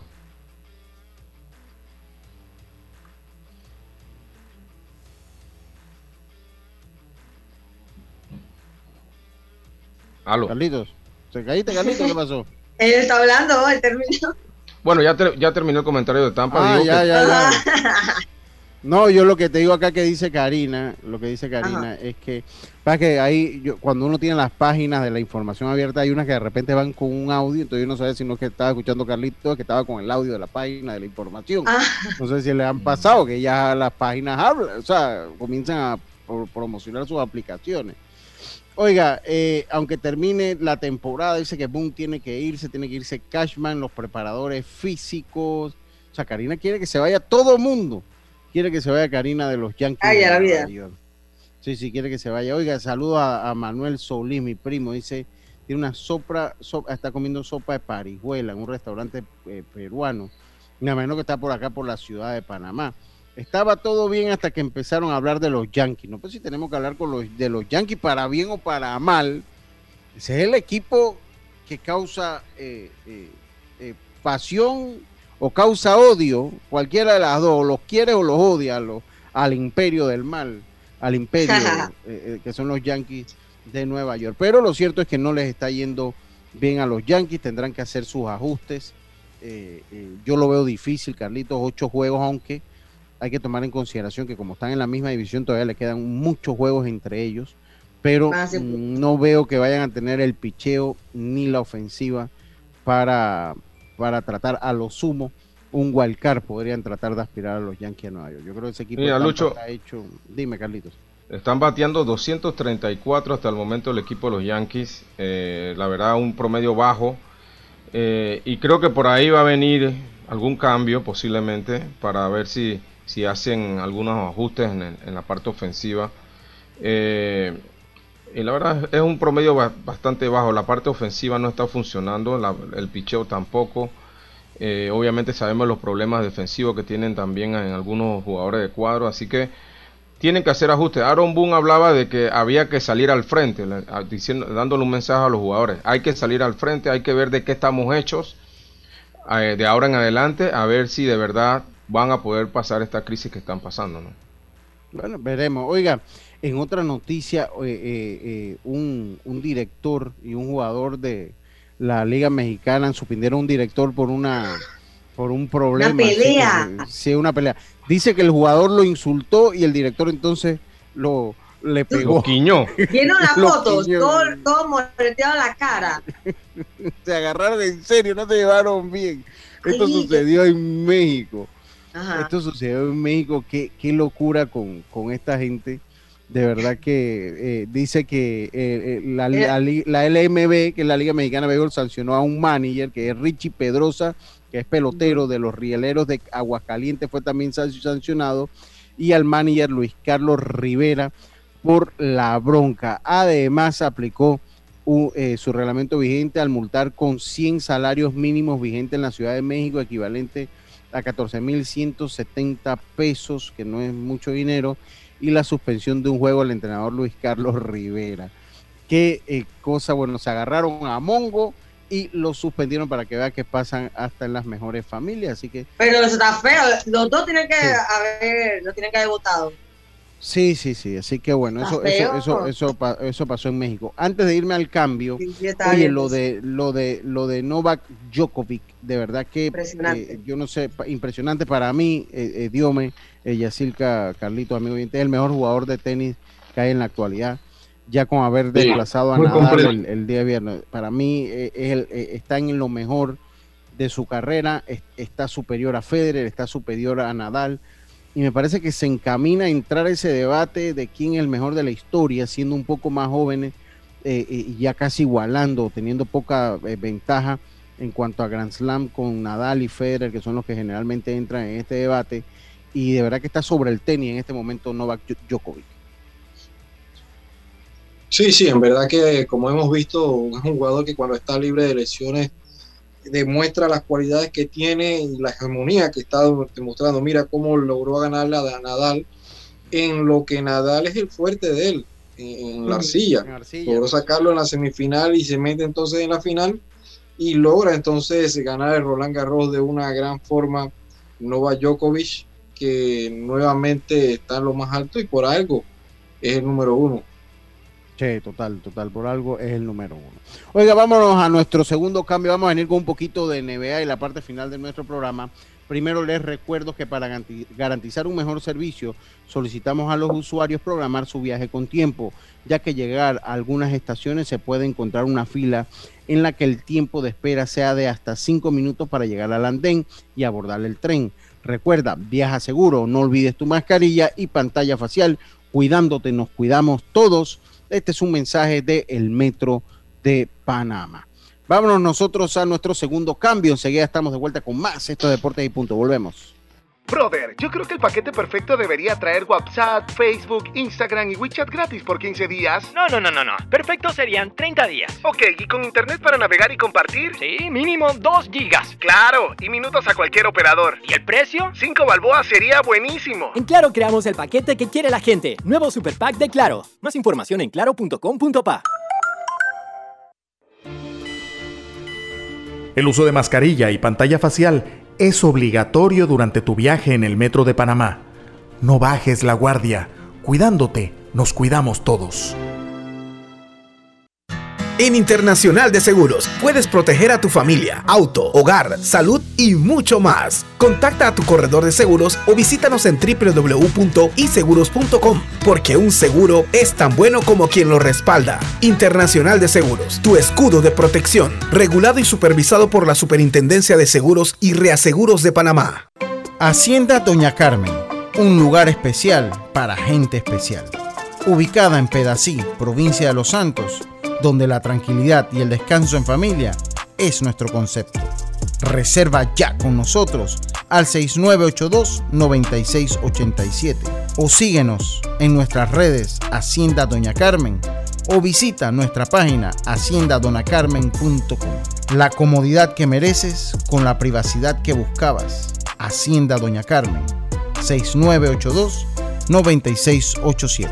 Speaker 5: Aló.
Speaker 1: Carlitos, ¿se caíste, Carlitos? ¿Qué pasó?
Speaker 3: Él está hablando, él terminó.
Speaker 5: Bueno, ya, ter, ya terminó el comentario de Tampa.
Speaker 1: Ah,
Speaker 5: digo
Speaker 1: ya,
Speaker 5: que,
Speaker 1: ya, ya. No, yo lo que te digo acá que dice Karina, lo que dice Karina
Speaker 3: Ajá.
Speaker 1: es que, para que ahí, yo, cuando uno tiene las páginas de la información abierta, hay unas que de repente van con un audio, entonces yo no sabía si no es que estaba escuchando Carlito, que estaba con el audio de la página de la información.
Speaker 3: Ah,
Speaker 1: No sé si le han pasado, que ya las páginas hablan, o sea, comienzan a pro- promocionar sus aplicaciones. Oiga, eh, aunque termine la temporada, dice que Boone tiene que irse, tiene que irse Cashman, los preparadores físicos. O sea, Karina quiere que se vaya todo el mundo. Quiere que se vaya Karina de los Yankees.
Speaker 3: Ay,
Speaker 1: de
Speaker 3: a la
Speaker 1: Nueva
Speaker 3: vida.
Speaker 1: York. Sí, sí, quiere que se vaya. Oiga, saludo a, a Manuel Solís, mi primo. Dice, tiene una sopa, sopa, está comiendo sopa de parihuela en un restaurante eh, peruano. Me imagino que está por acá, por la ciudad de Panamá. Estaba todo bien hasta que empezaron a hablar de los Yankees. No, pues si tenemos que hablar con los, de los Yankees para bien o para mal. Ese es el equipo que causa eh, eh, eh, pasión o causa odio, cualquiera de las dos, los quiere o los odia, los, al imperio del mal, al imperio eh, eh, que son los Yankees de Nueva York. Pero lo cierto es que no les está yendo bien a los Yankees, tendrán que hacer sus ajustes. Eh, eh, yo lo veo difícil, Carlitos, ocho juegos, aunque hay que tomar en consideración que como están en la misma división todavía le quedan muchos juegos entre ellos, pero
Speaker 3: Ah, sí.
Speaker 1: mm, no veo que vayan a tener el picheo ni la ofensiva para, para tratar a lo sumo un wildcard, podrían tratar de aspirar a los Yankees de Nueva York. Yo creo que ese equipo
Speaker 5: Mira,
Speaker 1: de Tampa
Speaker 5: Lucho,
Speaker 1: está hecho. Dime, Carlitos.
Speaker 5: Están bateando doscientos treinta y cuatro hasta el momento el equipo de los Yankees. Eh, la verdad, un promedio bajo. Eh, y creo que por ahí va a venir algún cambio posiblemente para ver si, si hacen algunos ajustes en, el- en la parte ofensiva. Eh, y la verdad es un promedio ba- bastante bajo. La parte ofensiva no está funcionando, la- el picheo tampoco. Eh, obviamente sabemos los problemas defensivos que tienen también en algunos jugadores de cuadro, así que tienen que hacer ajustes. Aaron Boone hablaba de que había que salir al frente, le- a- diciendo, dándole un mensaje a los jugadores. Hay que salir al frente, hay que ver de qué estamos hechos eh, de ahora en adelante, a ver si de verdad van a poder pasar esta crisis que están pasando, ¿no?
Speaker 1: Bueno, veremos. Oiga, en otra noticia, eh, eh, eh, un, un director y un jugador de la Liga Mexicana suspendieron a un director por una por un problema.
Speaker 3: Una pelea.
Speaker 1: Sí, sí, una pelea. Dice que el jugador lo insultó y el director entonces lo le pegó.
Speaker 5: Quiñó.
Speaker 3: ¿Vieron las
Speaker 1: Lo
Speaker 3: fotos?
Speaker 1: quiñó.
Speaker 3: Todo, todo moreteado la cara.
Speaker 1: Se agarraron en serio, no se llevaron bien. Esto
Speaker 3: Ay,
Speaker 1: sucedió en México.
Speaker 3: Ajá.
Speaker 1: Esto sucedió en México, qué, qué locura con, con esta gente. De verdad que eh, dice que eh, eh, la, la, la L M B, que es la Liga Mexicana de Béisbol, sancionó a un manager que es Richie Pedrosa, que es pelotero de los Rieleros de Aguascalientes, fue también san- sancionado, y al manager Luis Carlos Rivera por la bronca. Además aplicó un, eh, su reglamento vigente al multar con cien salarios mínimos vigentes en la Ciudad de México, equivalente a catorce mil ciento setenta pesos, que no es mucho dinero, y la suspensión de un juego al entrenador Luis Carlos Rivera. Qué eh, cosa, bueno, se agarraron a Mongo y lo suspendieron para que vea que pasan hasta en las mejores familias, así que
Speaker 3: Pero eso está feo. Los dos tienen que
Speaker 1: Sí.
Speaker 3: haber, no tienen que haber votado.
Speaker 1: sí, sí, sí, así que bueno,
Speaker 3: Está
Speaker 1: eso, eso,
Speaker 3: feo.
Speaker 1: eso, eso, pa- eso pasó en México. Antes de irme al cambio,
Speaker 3: Sí, sí, está
Speaker 1: oye,
Speaker 3: bien,
Speaker 1: lo
Speaker 3: sí.
Speaker 1: de, lo de, lo de Novak Djokovic, de verdad que
Speaker 3: Impresionante.
Speaker 1: eh, yo no sé, pa- impresionante para mí, eh, eh, Diome, eh, Yacirca, Carlito, amigo oyente, es el mejor jugador de tenis que hay en la actualidad, ya con haber
Speaker 4: Sí,
Speaker 1: desplazado a
Speaker 4: muy
Speaker 1: Nadal
Speaker 4: completo.
Speaker 1: el, el día viernes. Para mí eh, es el- eh, está en lo mejor de su carrera, es- está superior a Federer, está superior a Nadal, y me parece que se encamina a entrar a ese debate de quién es el mejor de la historia, siendo un poco más jóvenes, eh, y ya casi igualando, teniendo poca eh, ventaja en cuanto a Grand Slam con Nadal y Federer, que son los que generalmente entran en este debate, y de verdad que está sobre el tenis en este momento Novak Djokovic.
Speaker 4: Sí, sí, en verdad que como hemos visto, es un jugador que cuando está libre de lesiones demuestra las cualidades que tiene y la hegemonía que está demostrando. Mira cómo logró ganarle a Nadal en lo que Nadal es el fuerte de él, en, en la arcilla.
Speaker 1: En arcilla.
Speaker 4: Logró sacarlo en la semifinal y se mete entonces en la final y logra entonces ganar el Roland Garros de una gran forma. Novak Djokovic, que nuevamente está en lo más alto y por algo es el número uno.
Speaker 1: Sí, total, total, por algo es el número uno. Oiga, vámonos a nuestro segundo cambio, vamos a venir con un poquito de N B A y la parte final de nuestro programa, Primero les recuerdo que para garantizar un mejor servicio solicitamos a los usuarios programar su viaje con tiempo, ya que llegar a algunas estaciones se puede encontrar una fila en la que el tiempo de espera sea de hasta cinco minutos para llegar al andén y abordar el tren. Recuerda, viaja seguro, no olvides tu mascarilla y pantalla facial. Cuidándote, nos cuidamos todos. Este es un mensaje de el Metro de Panamá. Vámonos nosotros a nuestro segundo cambio. Enseguida estamos de vuelta con más. Esto es Deportes y Punto. Volvemos.
Speaker 12: Brother, yo creo que el paquete perfecto debería traer WhatsApp, Facebook, Instagram y WeChat gratis por quince días.
Speaker 8: No, no, no, no, no. Perfecto serían treinta días.
Speaker 12: Ok, ¿y con internet para navegar y compartir?
Speaker 8: Sí, mínimo dos gigas.
Speaker 12: Claro, y minutos a cualquier operador.
Speaker 8: ¿Y el precio?
Speaker 12: cinco balboas sería buenísimo.
Speaker 8: En Claro creamos el paquete que quiere la gente. Nuevo Super Pack de Claro. Más información en claro punto com punto pa.
Speaker 10: El uso de mascarilla y pantalla facial es obligatorio durante tu viaje en el Metro de Panamá. No bajes la guardia. Cuidándote, nos cuidamos todos.
Speaker 9: En Internacional de Seguros puedes proteger a tu familia, auto, hogar, salud y mucho más. Contacta a tu corredor de seguros o visítanos en doble u doble u doble u punto i seguros punto com, porque un seguro es tan bueno como quien lo respalda. Internacional de Seguros, tu escudo de protección, regulado y supervisado por la Superintendencia de Seguros y Reaseguros de Panamá.
Speaker 1: Hacienda Doña Carmen, un lugar especial para gente especial. Ubicada en Pedací, provincia de Los Santos, donde la tranquilidad y el descanso en familia es nuestro concepto. Reserva ya con nosotros al seis nueve ocho dos, nueve seis ocho siete o síguenos en nuestras redes Hacienda Doña Carmen o visita nuestra página hacienda dona carmen punto com. La comodidad que mereces con la privacidad que buscabas. Hacienda Doña Carmen, seis nueve ocho dos, nueve seis ocho siete.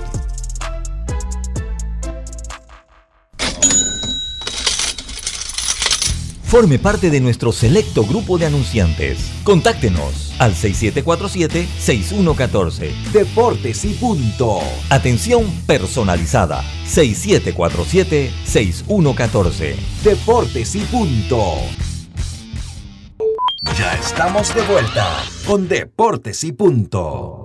Speaker 2: Forme parte de nuestro selecto grupo de anunciantes. Contáctenos al seis siete cuatro siete, seis uno uno cuatro.
Speaker 11: Deportes y Punto.
Speaker 2: Atención personalizada. seis siete cuatro siete, seis uno uno cuatro.
Speaker 11: Deportes y Punto. Ya estamos de vuelta con Deportes y Punto.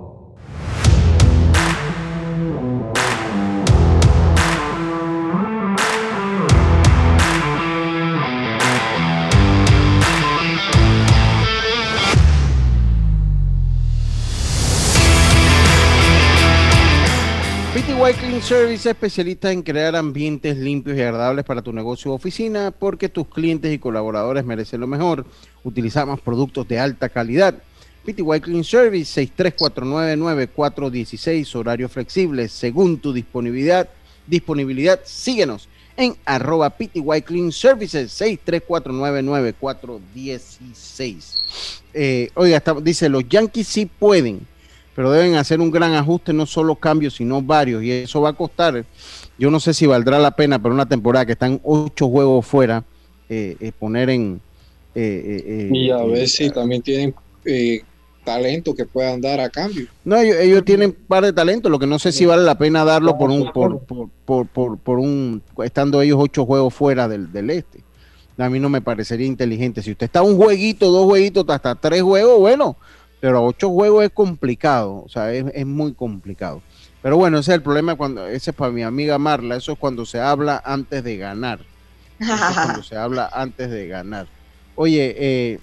Speaker 1: P T Y Clean Service, especialista en crear ambientes limpios y agradables para tu negocio o oficina, porque tus clientes y colaboradores merecen lo mejor. Utilizamos productos de alta calidad. P T Y Clean Service, seis tres cuatro nueve, nueve cuatro uno seis, horario flexible, según tu disponibilidad. Disponibilidad, síguenos en arroba P T Y Clean Services, seis tres cuatro nueve, nueve cuatro uno seis. Eh, oiga, está, dice, los Yankees sí pueden, pero deben hacer un gran ajuste, no solo cambios, sino varios, y eso va a costar. Yo no sé si valdrá la pena, pero una temporada que están ocho juegos fuera, eh, eh, poner en... Eh, eh,
Speaker 4: y a
Speaker 1: eh,
Speaker 4: ver
Speaker 1: eh,
Speaker 4: si también tienen eh, talento que puedan dar a cambio.
Speaker 1: No, ellos, ellos tienen par de talento, lo que no sé si vale la pena darlo por un, por, por, por, por, por un, estando ellos ocho juegos fuera del, del este. A mí no me parecería inteligente. Si usted está un jueguito, dos jueguitos, hasta tres juegos, bueno, pero ocho juegos es complicado, o sea, es, es muy complicado. Pero bueno, ese es el problema, cuando ese es para mi amiga Marla, eso es cuando se habla antes de ganar. Eso es cuando se habla antes de ganar. Oye, eh,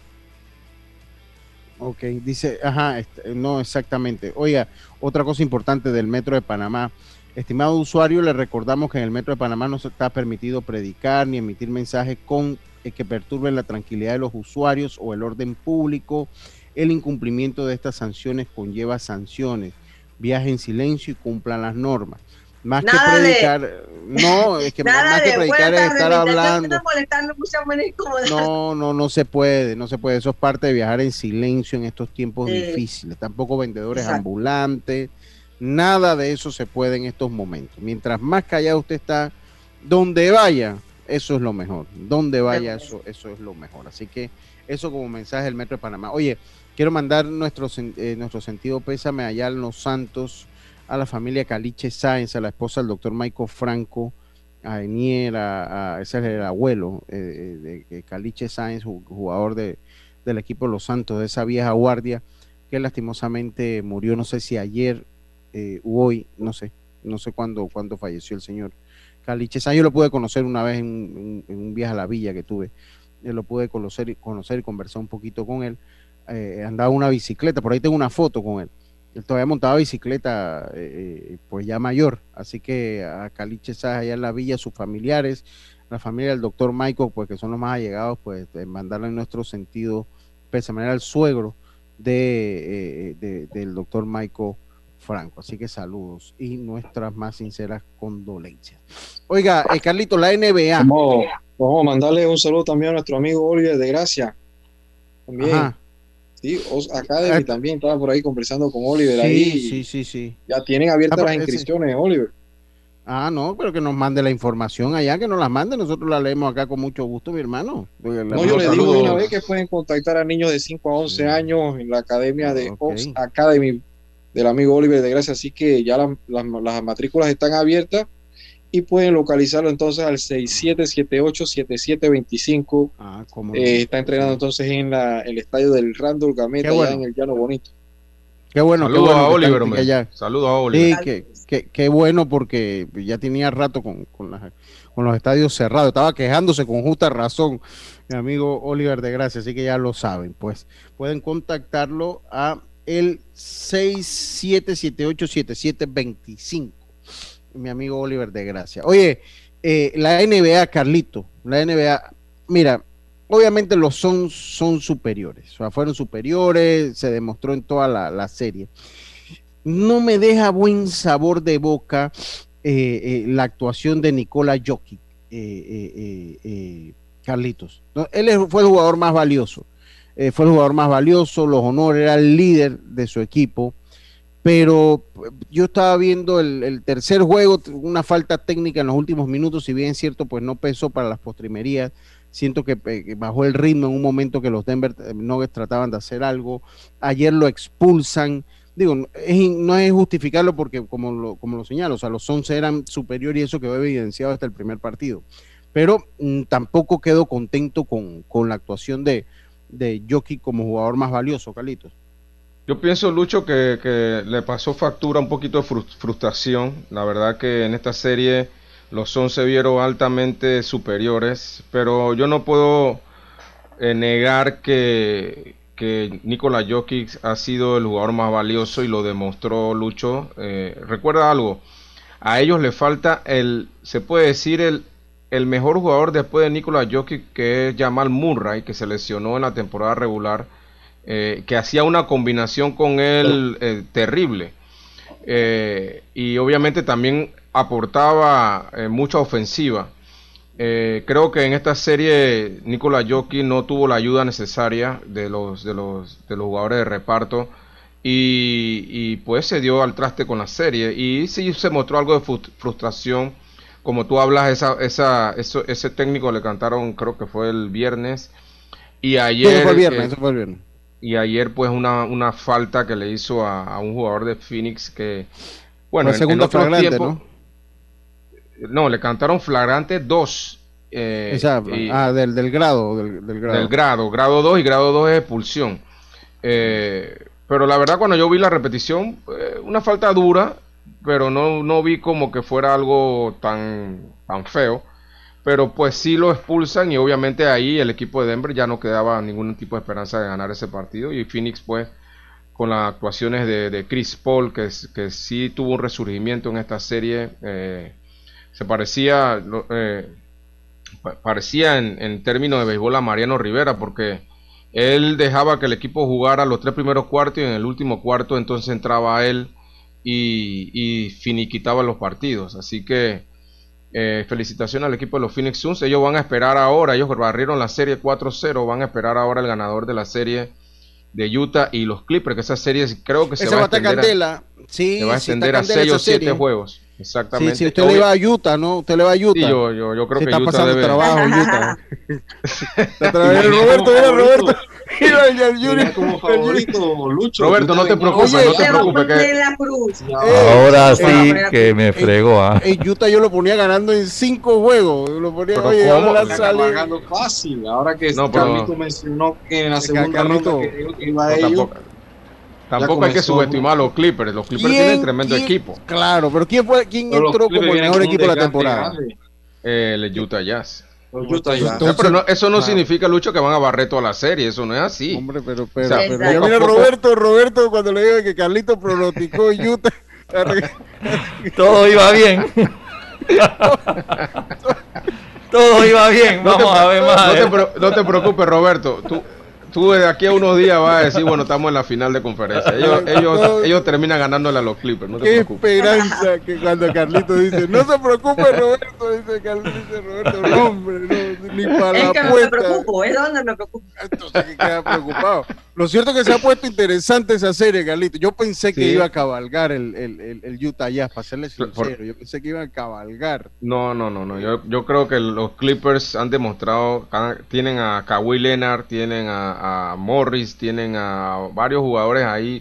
Speaker 1: ok, dice, ajá, este, no exactamente. Oiga, otra cosa importante del Metro de Panamá. Estimado usuario, le recordamos que en el Metro de Panamá no se está permitido predicar ni emitir mensajes con eh, que perturben la tranquilidad de los usuarios o el orden público. El incumplimiento de estas sanciones conlleva sanciones. Viaje en silencio y cumplan las normas. Más Nada que predicar, de... no, es que más que predicar es estar hablando. No, no, no se puede, no se puede. Eso es parte de viajar en silencio en estos tiempos sí. difíciles. Tampoco vendedores Exacto. ambulantes. Nada de eso se puede en estos momentos. Mientras más callado usted está, donde vaya, eso es lo mejor. Donde vaya, eso, eso es lo mejor. Así que eso como mensaje del Metro de Panamá. Oye, quiero mandar nuestro, eh, nuestro sentido pésame allá en Los Santos, a la familia Caliche Sáenz, a la esposa del doctor Michael Franco, a Enier, a, a ese es el abuelo eh, de, de Caliche Sáenz, jugador de, del equipo de los Santos, de esa vieja guardia que lastimosamente murió, no sé si ayer eh, u hoy, no sé, no sé cuándo, cuándo falleció el señor Caliche Sáenz. Yo lo pude conocer una vez en, en, en un viaje a la villa que tuve, yo lo pude conocer, conocer y conversar un poquito con él. Eh, andaba una bicicleta, por ahí tengo una foto con él. Él todavía montaba bicicleta, eh, pues ya mayor, así que a Caliche Sáenz allá en la villa, sus familiares, la familia del doctor Michael, pues que son los más allegados, pues de mandarle en nuestro sentido, de manera al suegro de, eh, de, del doctor Michael Franco, así que saludos y nuestras más sinceras condolencias. Oiga, eh, Carlito, la N B A.
Speaker 4: Vamos, vamos a mandarle un saludo también a nuestro amigo Oliver de Gracia. También. Ajá. Sí, Os Academy ah, también estaba por ahí conversando con Oliver.
Speaker 1: Sí,
Speaker 4: ahí.
Speaker 1: Sí, sí, sí.
Speaker 4: Ya tienen abiertas ah, las inscripciones, ese. Oliver.
Speaker 1: Ah, no, pero que nos mande la información allá, que nos la mande, nosotros la leemos acá con mucho gusto, mi hermano.
Speaker 4: No, yo le digo de una vez que pueden contactar a niños de cinco a once sí. años en la academia de okay. Ox Academy del amigo Oliver de Gracia, así que ya la, la, las matrículas están abiertas y pueden localizarlo entonces al seis siete siete ocho siete siete dos cinco. Ah, ¿cómo no? eh, está entrenando entonces en la, el estadio del Randall Gameta, bueno. allá en el Llano Bonito.
Speaker 1: Qué bueno,
Speaker 5: saludos
Speaker 1: qué bueno
Speaker 5: a Oliver, saludos a Oliver.
Speaker 1: Sí, qué, qué, qué bueno, porque ya tenía rato con, con, las, con los estadios cerrados, estaba quejándose con justa razón mi amigo Oliver de Gracia, así que ya lo saben, pues pueden contactarlo a el seis siete siete ocho siete siete dos cinco, mi amigo Oliver de Gracia. Oye, eh, la N B A, Carlito, la N B A, mira, obviamente los son, son superiores, o sea, fueron superiores, se demostró en toda la, la serie. No me deja buen sabor de boca eh, eh, la actuación de Nikola Jokic, eh, eh, eh, eh, Carlitos. ¿No? Él fue el jugador más valioso, eh, fue el jugador más valioso, los honores, era el líder de su equipo, pero yo estaba viendo el, el tercer juego, una falta técnica en los últimos minutos, si bien es cierto, pues no pesó para las postrimerías. Siento que, que bajó el ritmo en un momento que los Denver Nuggets trataban de hacer algo. Ayer lo expulsan. Digo, es, no es justificarlo porque, como lo, como lo señalo, o sea, los once eran superiores y eso quedó evidenciado hasta el primer partido. Pero mm, tampoco quedo contento con, con la actuación de, de Jokic como jugador más valioso, Carlitos.
Speaker 5: Yo pienso, Lucho, que, que le pasó factura un poquito de frustración. La verdad que en esta serie los once vieron altamente superiores, pero yo no puedo eh, negar que, que Nikola Jokic ha sido el jugador más valioso y lo demostró, Lucho. Eh, recuerda algo, a ellos le falta el, se puede decir, el, el mejor jugador después de Nikola Jokic, que es Jamal Murray, que se lesionó en la temporada regular, eh, que hacía una combinación con él eh, terrible. Eh, y obviamente también aportaba eh, mucha ofensiva. Eh, creo que en esta serie Nikola Jokic no tuvo la ayuda necesaria de los de los de los jugadores de reparto y, y pues se dio al traste con la serie y sí se mostró algo de frustración, como tú hablas. Esa esa eso, ese técnico le cantaron, creo que fue el viernes y ayer
Speaker 1: eso fue el viernes, eh, eso fue el viernes.
Speaker 5: Y ayer pues una, una falta que le hizo a, a un jugador de Phoenix que, bueno,
Speaker 1: en, en otro tiempo, ¿no?
Speaker 5: No, le cantaron flagrante dos. Eh,
Speaker 1: Esa, y, ah, del, del grado, del, del grado.
Speaker 5: Del grado, grado dos y grado dos es expulsión. Eh, pero la verdad cuando yo vi la repetición, eh, una falta dura, pero no, no vi como que fuera algo tan, tan feo. Pero pues sí lo expulsan y obviamente ahí el equipo de Denver ya no quedaba ningún tipo de esperanza de ganar ese partido. Y Phoenix pues con las actuaciones de, de Chris Paul, que, que sí tuvo un resurgimiento en esta serie, eh, se parecía eh, parecía en, en términos de béisbol a Mariano Rivera, porque él dejaba que el equipo jugara los tres primeros cuartos y en el último cuarto entonces entraba él y, y finiquitaba los partidos. Así que eh, felicitaciones al equipo de los Phoenix Suns. Ellos van a esperar ahora, ellos barrieron la serie cuatro cero, van a esperar ahora el ganador de la serie de Utah y los Clippers, que esa serie creo que se va, va a extender, a,
Speaker 1: sí,
Speaker 5: se va a, extender a seis o siete juegos. Exactamente.
Speaker 1: Sí, si usted Obvio. le va a Utah, ¿no? Usted le va a Utah.
Speaker 5: Sí, yo, yo, yo creo
Speaker 1: se
Speaker 5: que
Speaker 1: está
Speaker 5: Utah
Speaker 1: pasando
Speaker 5: debe...
Speaker 1: trabajo en Utah. Está trabajando Roberto, mira Roberto.
Speaker 4: Mira como favorito, Lucho.
Speaker 5: Roberto, no te preocupes,
Speaker 1: Oye,
Speaker 5: no te preocupes. Que...
Speaker 3: la cruz.
Speaker 6: Ahora
Speaker 1: Eh,
Speaker 6: sí
Speaker 3: eh,
Speaker 6: que me fregó. ¿ah?
Speaker 1: En Utah yo lo ponía ganando en cinco juegos. Lo ponía,
Speaker 5: Pero
Speaker 1: oye,
Speaker 5: ¿cómo?
Speaker 1: ahora
Speaker 4: Le
Speaker 1: sale.
Speaker 4: está pagando fácil. Ahora que
Speaker 5: No, pero-
Speaker 4: Carlito mencionó que en la
Speaker 1: que
Speaker 4: segunda
Speaker 1: Carlito-
Speaker 4: ronda que que iba a
Speaker 5: No,
Speaker 4: ellos.
Speaker 5: tampoco tampoco hay que
Speaker 4: comenzó,
Speaker 5: subestimar a los Clippers. Los Clippers
Speaker 1: ¿Quién-
Speaker 5: tienen tremendo
Speaker 1: quién-
Speaker 5: equipo.
Speaker 1: Claro, pero ¿quién fue quién
Speaker 4: Pero los
Speaker 1: entró
Speaker 4: Clippers
Speaker 1: como el
Speaker 4: vienen
Speaker 1: mejor
Speaker 4: con un
Speaker 1: equipo de la
Speaker 4: desgaste
Speaker 1: temporada?
Speaker 4: grande.
Speaker 5: El Utah Jazz.
Speaker 4: Los Utah Jazz.
Speaker 1: Entonces-
Speaker 5: pero no- eso no
Speaker 1: Ah.
Speaker 5: significa, Lucho, que van a barrer toda la serie. Eso no es así.
Speaker 1: Hombre, pero, pero,
Speaker 5: O sea,
Speaker 1: pero
Speaker 3: poco
Speaker 1: ya
Speaker 3: a
Speaker 1: mira
Speaker 5: poco-
Speaker 1: Roberto, Roberto cuando le digo que Carlito pronosticó Utah.
Speaker 6: Todo iba bien. Todo iba bien.
Speaker 5: No te,
Speaker 6: Vamos a ver más.
Speaker 5: no te
Speaker 6: ¿eh?
Speaker 5: pre- no te preocupes, Roberto. Tú, tú de aquí a unos días vas a decir, bueno, estamos en la final de conferencia. Ellos, ellos, ellos terminan ganándole a los Clippers. No te
Speaker 1: Qué
Speaker 5: preocupes.
Speaker 1: esperanza que cuando Carlito dice, no se preocupe Roberto, dice Carlito, dice Roberto, no hombre, no, ni para la
Speaker 3: Es que no me
Speaker 1: apuesta.
Speaker 3: preocupo, es donde me preocupo.
Speaker 1: Entonces que queda preocupado. Lo cierto es que se ha puesto interesante esa serie, Carlito. Yo pensé que
Speaker 5: Sí.
Speaker 1: iba a cabalgar el, el, el, el Utah Jazz, para serle
Speaker 5: Por-
Speaker 1: sincero. Yo pensé que iba a cabalgar.
Speaker 5: No, no, no, no. Yo, yo creo que los Clippers han demostrado, han- tienen a Kawhi Leonard, tienen a, a Morris, tienen a varios jugadores ahí,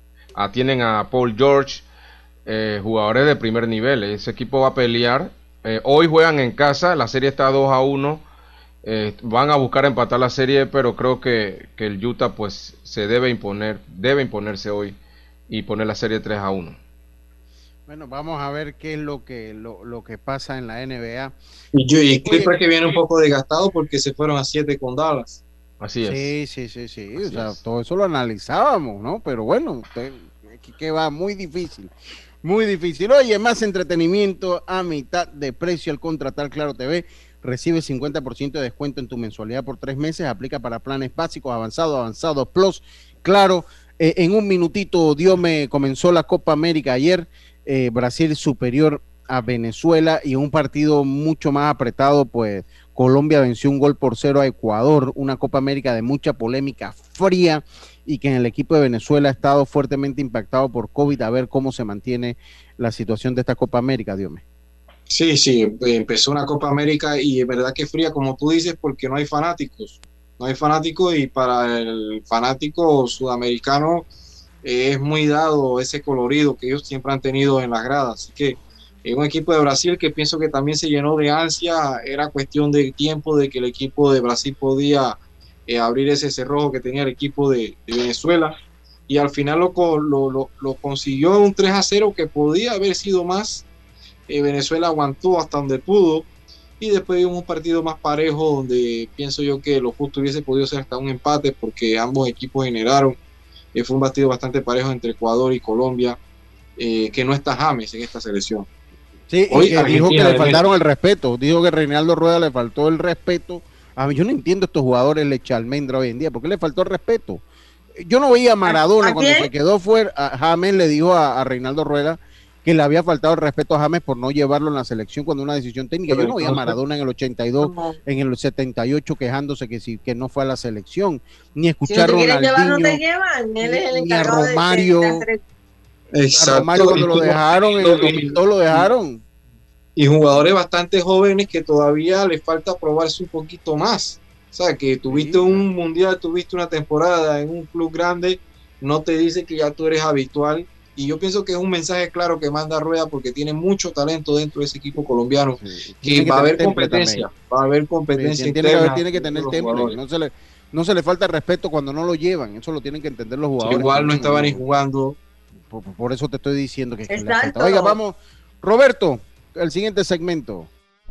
Speaker 5: a- tienen a Paul George, eh, jugadores de primer nivel. Ese equipo va a pelear. Eh, hoy juegan en casa, la serie está dos a uno. Eh, van a buscar empatar la serie, pero creo que, que el Utah pues se debe imponer, debe imponerse hoy y poner la serie tres a uno.
Speaker 1: Bueno, vamos a ver qué es lo que, lo, lo que pasa en la N B A.
Speaker 4: Y, yo, y Clippers
Speaker 1: Oye,
Speaker 4: que viene un poco desgastado porque se fueron a siete con Dallas.
Speaker 5: Así es.
Speaker 1: Sí, sí, sí, sí.
Speaker 5: Así
Speaker 1: O sea,
Speaker 5: es.
Speaker 1: todo eso lo analizábamos, ¿no? Pero bueno, usted, que, que va muy difícil. Muy difícil. Oye, más entretenimiento a mitad de precio al contratar Claro T V. Recibe cincuenta por ciento de descuento en tu mensualidad por tres meses. Aplica para planes básicos, avanzados, avanzados, plus. Claro, eh, en un minutito, Diome, comenzó la Copa América ayer. Eh, Brasil superior a Venezuela y un partido mucho más apretado, pues Colombia venció un gol por cero a Ecuador, una Copa América de mucha polémica fría y que en el equipo de Venezuela ha estado fuertemente impactado por COVID. A ver cómo se mantiene la situación de esta Copa América, Diome.
Speaker 4: Sí, sí, empezó una Copa América y es verdad que fría, como tú dices, porque no hay fanáticos. No hay fanáticos y para el fanático sudamericano eh, es muy dado ese colorido que ellos siempre han tenido en las gradas. Así que es un equipo de Brasil que pienso que también se llenó de ansia. Era cuestión de tiempo de que el equipo de Brasil podía eh, abrir ese cerrojo que tenía el equipo de, de Venezuela. Y al final lo, lo, lo, lo consiguió un tres a cero que podía haber sido más. Eh, Venezuela aguantó hasta donde pudo y después vimos un partido más parejo donde pienso yo que lo justo hubiese podido ser hasta un empate porque ambos equipos generaron. Eh, fue un partido bastante parejo entre Ecuador y Colombia, eh, que no está James en esta selección.
Speaker 1: Sí,
Speaker 4: Hoy
Speaker 1: y que
Speaker 4: Argentina
Speaker 1: dijo que le
Speaker 4: de
Speaker 1: faltaron el respeto. Dijo que Reinaldo Rueda le faltó el respeto. A mí yo no entiendo estos jugadores leche almendra hoy en día. ¿Por qué le faltó el respeto? Yo no veía a Maradona
Speaker 3: ¿A
Speaker 1: cuando
Speaker 3: quién?
Speaker 1: se quedó fuera. A James le dijo a, a Reinaldo Rueda que le había faltado el respeto a James por no llevarlo en la selección cuando una decisión técnica. Yo no veía a Maradona en el ochenta y dos,
Speaker 3: No.
Speaker 1: en el setenta y ocho quejándose que, si, que no fue a la selección, ni
Speaker 3: Si
Speaker 1: escuchar
Speaker 3: no
Speaker 1: a
Speaker 3: te quieren llevar, no
Speaker 1: Ronaldinho,
Speaker 3: te llevan. Él es el
Speaker 1: ni a
Speaker 3: encargado de- de-
Speaker 1: Romario.
Speaker 3: de hacer el-
Speaker 1: a Romario cuando lo dejaron, en el dos mil dos lo dejaron.
Speaker 4: Y jugadores bastante jóvenes que todavía les falta probarse un poquito más. O sea, que tuviste
Speaker 1: Sí.
Speaker 4: un mundial, tuviste una temporada en un club grande, no te dice que ya tú eres habitual. Y yo pienso que es un mensaje claro que manda Rueda porque tiene mucho talento dentro de ese equipo colombiano.
Speaker 1: Sí,
Speaker 4: Que
Speaker 1: tiene que
Speaker 4: va a
Speaker 1: tener
Speaker 4: haber
Speaker 1: temple
Speaker 4: competencia,
Speaker 1: también.
Speaker 4: va a haber
Speaker 1: Sí,
Speaker 4: competencia
Speaker 1: tiene, que,
Speaker 4: interna
Speaker 1: tiene que
Speaker 4: entre
Speaker 1: tener
Speaker 4: los
Speaker 1: temple,
Speaker 4: jugadores.
Speaker 1: no se le no se le falta respeto cuando no lo llevan, eso lo tienen que entender los
Speaker 4: Sí,
Speaker 1: jugadores.
Speaker 4: igual no
Speaker 1: también,
Speaker 4: estaba ni
Speaker 1: ¿no?
Speaker 4: jugando.
Speaker 1: Por, por eso te estoy diciendo que, que le
Speaker 3: Exacto.
Speaker 1: falta. Oiga, vamos, Roberto, el siguiente segmento.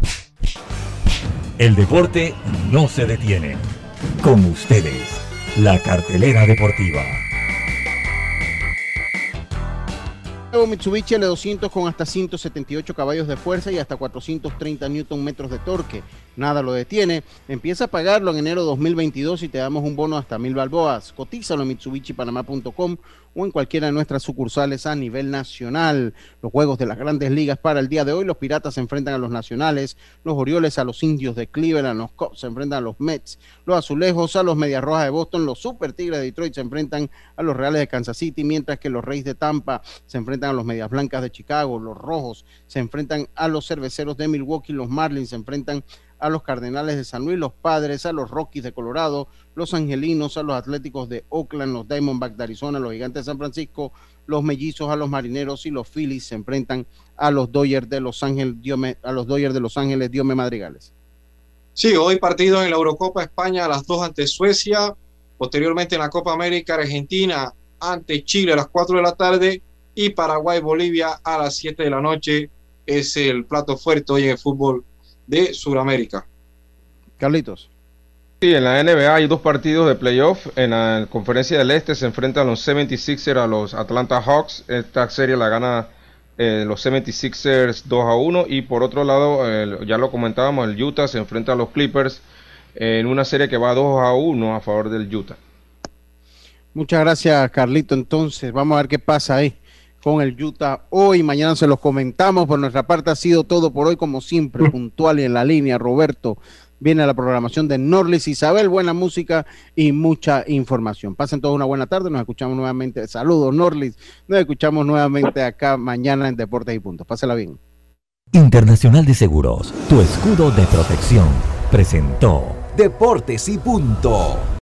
Speaker 2: El deporte no se detiene. Con ustedes, la cartelera deportiva.
Speaker 1: Nuevo Mitsubishi L doscientos con hasta ciento setenta y ocho caballos de fuerza y hasta cuatrocientos treinta newton metros de torque. Nada lo detiene. Empieza a pagarlo en enero dos mil veintidós y te damos un bono hasta mil balboas. Cotízalo en mitsubishi panamá punto com o en cualquiera de nuestras sucursales a nivel nacional. Los juegos de las grandes ligas para el día de hoy. Los Piratas se enfrentan a los Nacionales, los Orioles a los Indios de Cleveland, los Cubs se enfrentan a los Mets, los Azulejos a los Medias Rojas de Boston, los Super Tigres de Detroit se enfrentan a los Reales de Kansas City, mientras que los Reyes de Tampa se enfrentan a los Medias Blancas de Chicago, los Rojos se enfrentan a los Cerveceros de Milwaukee, los Marlins se enfrentan a los Cardenales de San Luis, los Padres a los Rockies de Colorado, los Angelinos a los Atléticos de Oakland, los Diamondbacks de Arizona, los Gigantes de San Francisco, los Mellizos a los Marineros y los Phillies se enfrentan a los Dodgers de Los Ángeles, Diome, a los Dodgers de Los Ángeles, Diome Madrigales.
Speaker 4: Sí, hoy partido en la Eurocopa España a las dos ante Suecia, posteriormente en la Copa América Argentina ante Chile a las cuatro de la tarde y Paraguay-Bolivia a las siete de la noche. Es el plato fuerte hoy en el fútbol de Sudamérica.
Speaker 1: Carlitos.
Speaker 5: Sí, en la N B A hay dos partidos de playoff. En la Conferencia del Este se enfrentan los setenta y seis ers a los Atlanta Hawks. Esta serie la gana eh, los setenta y seis ers dos a uno. Y por otro lado, eh, ya lo comentábamos, el Utah se enfrenta a los Clippers eh, en una serie que va dos a uno a favor del Utah.
Speaker 1: Muchas gracias, Carlito. Entonces, vamos a ver qué pasa ahí con el Utah hoy. Mañana se los comentamos. Por nuestra parte ha sido todo por hoy, como siempre, puntual y en la línea. Roberto, viene la programación de Norlis, Isabel, buena música y mucha información. Pasen todos una buena tarde, nos escuchamos nuevamente. Saludos, Norlis. Nos escuchamos nuevamente acá mañana en Deportes y Puntos. Pásela bien.
Speaker 2: Internacional de Seguros, tu escudo de protección, presentó
Speaker 11: Deportes y Punto.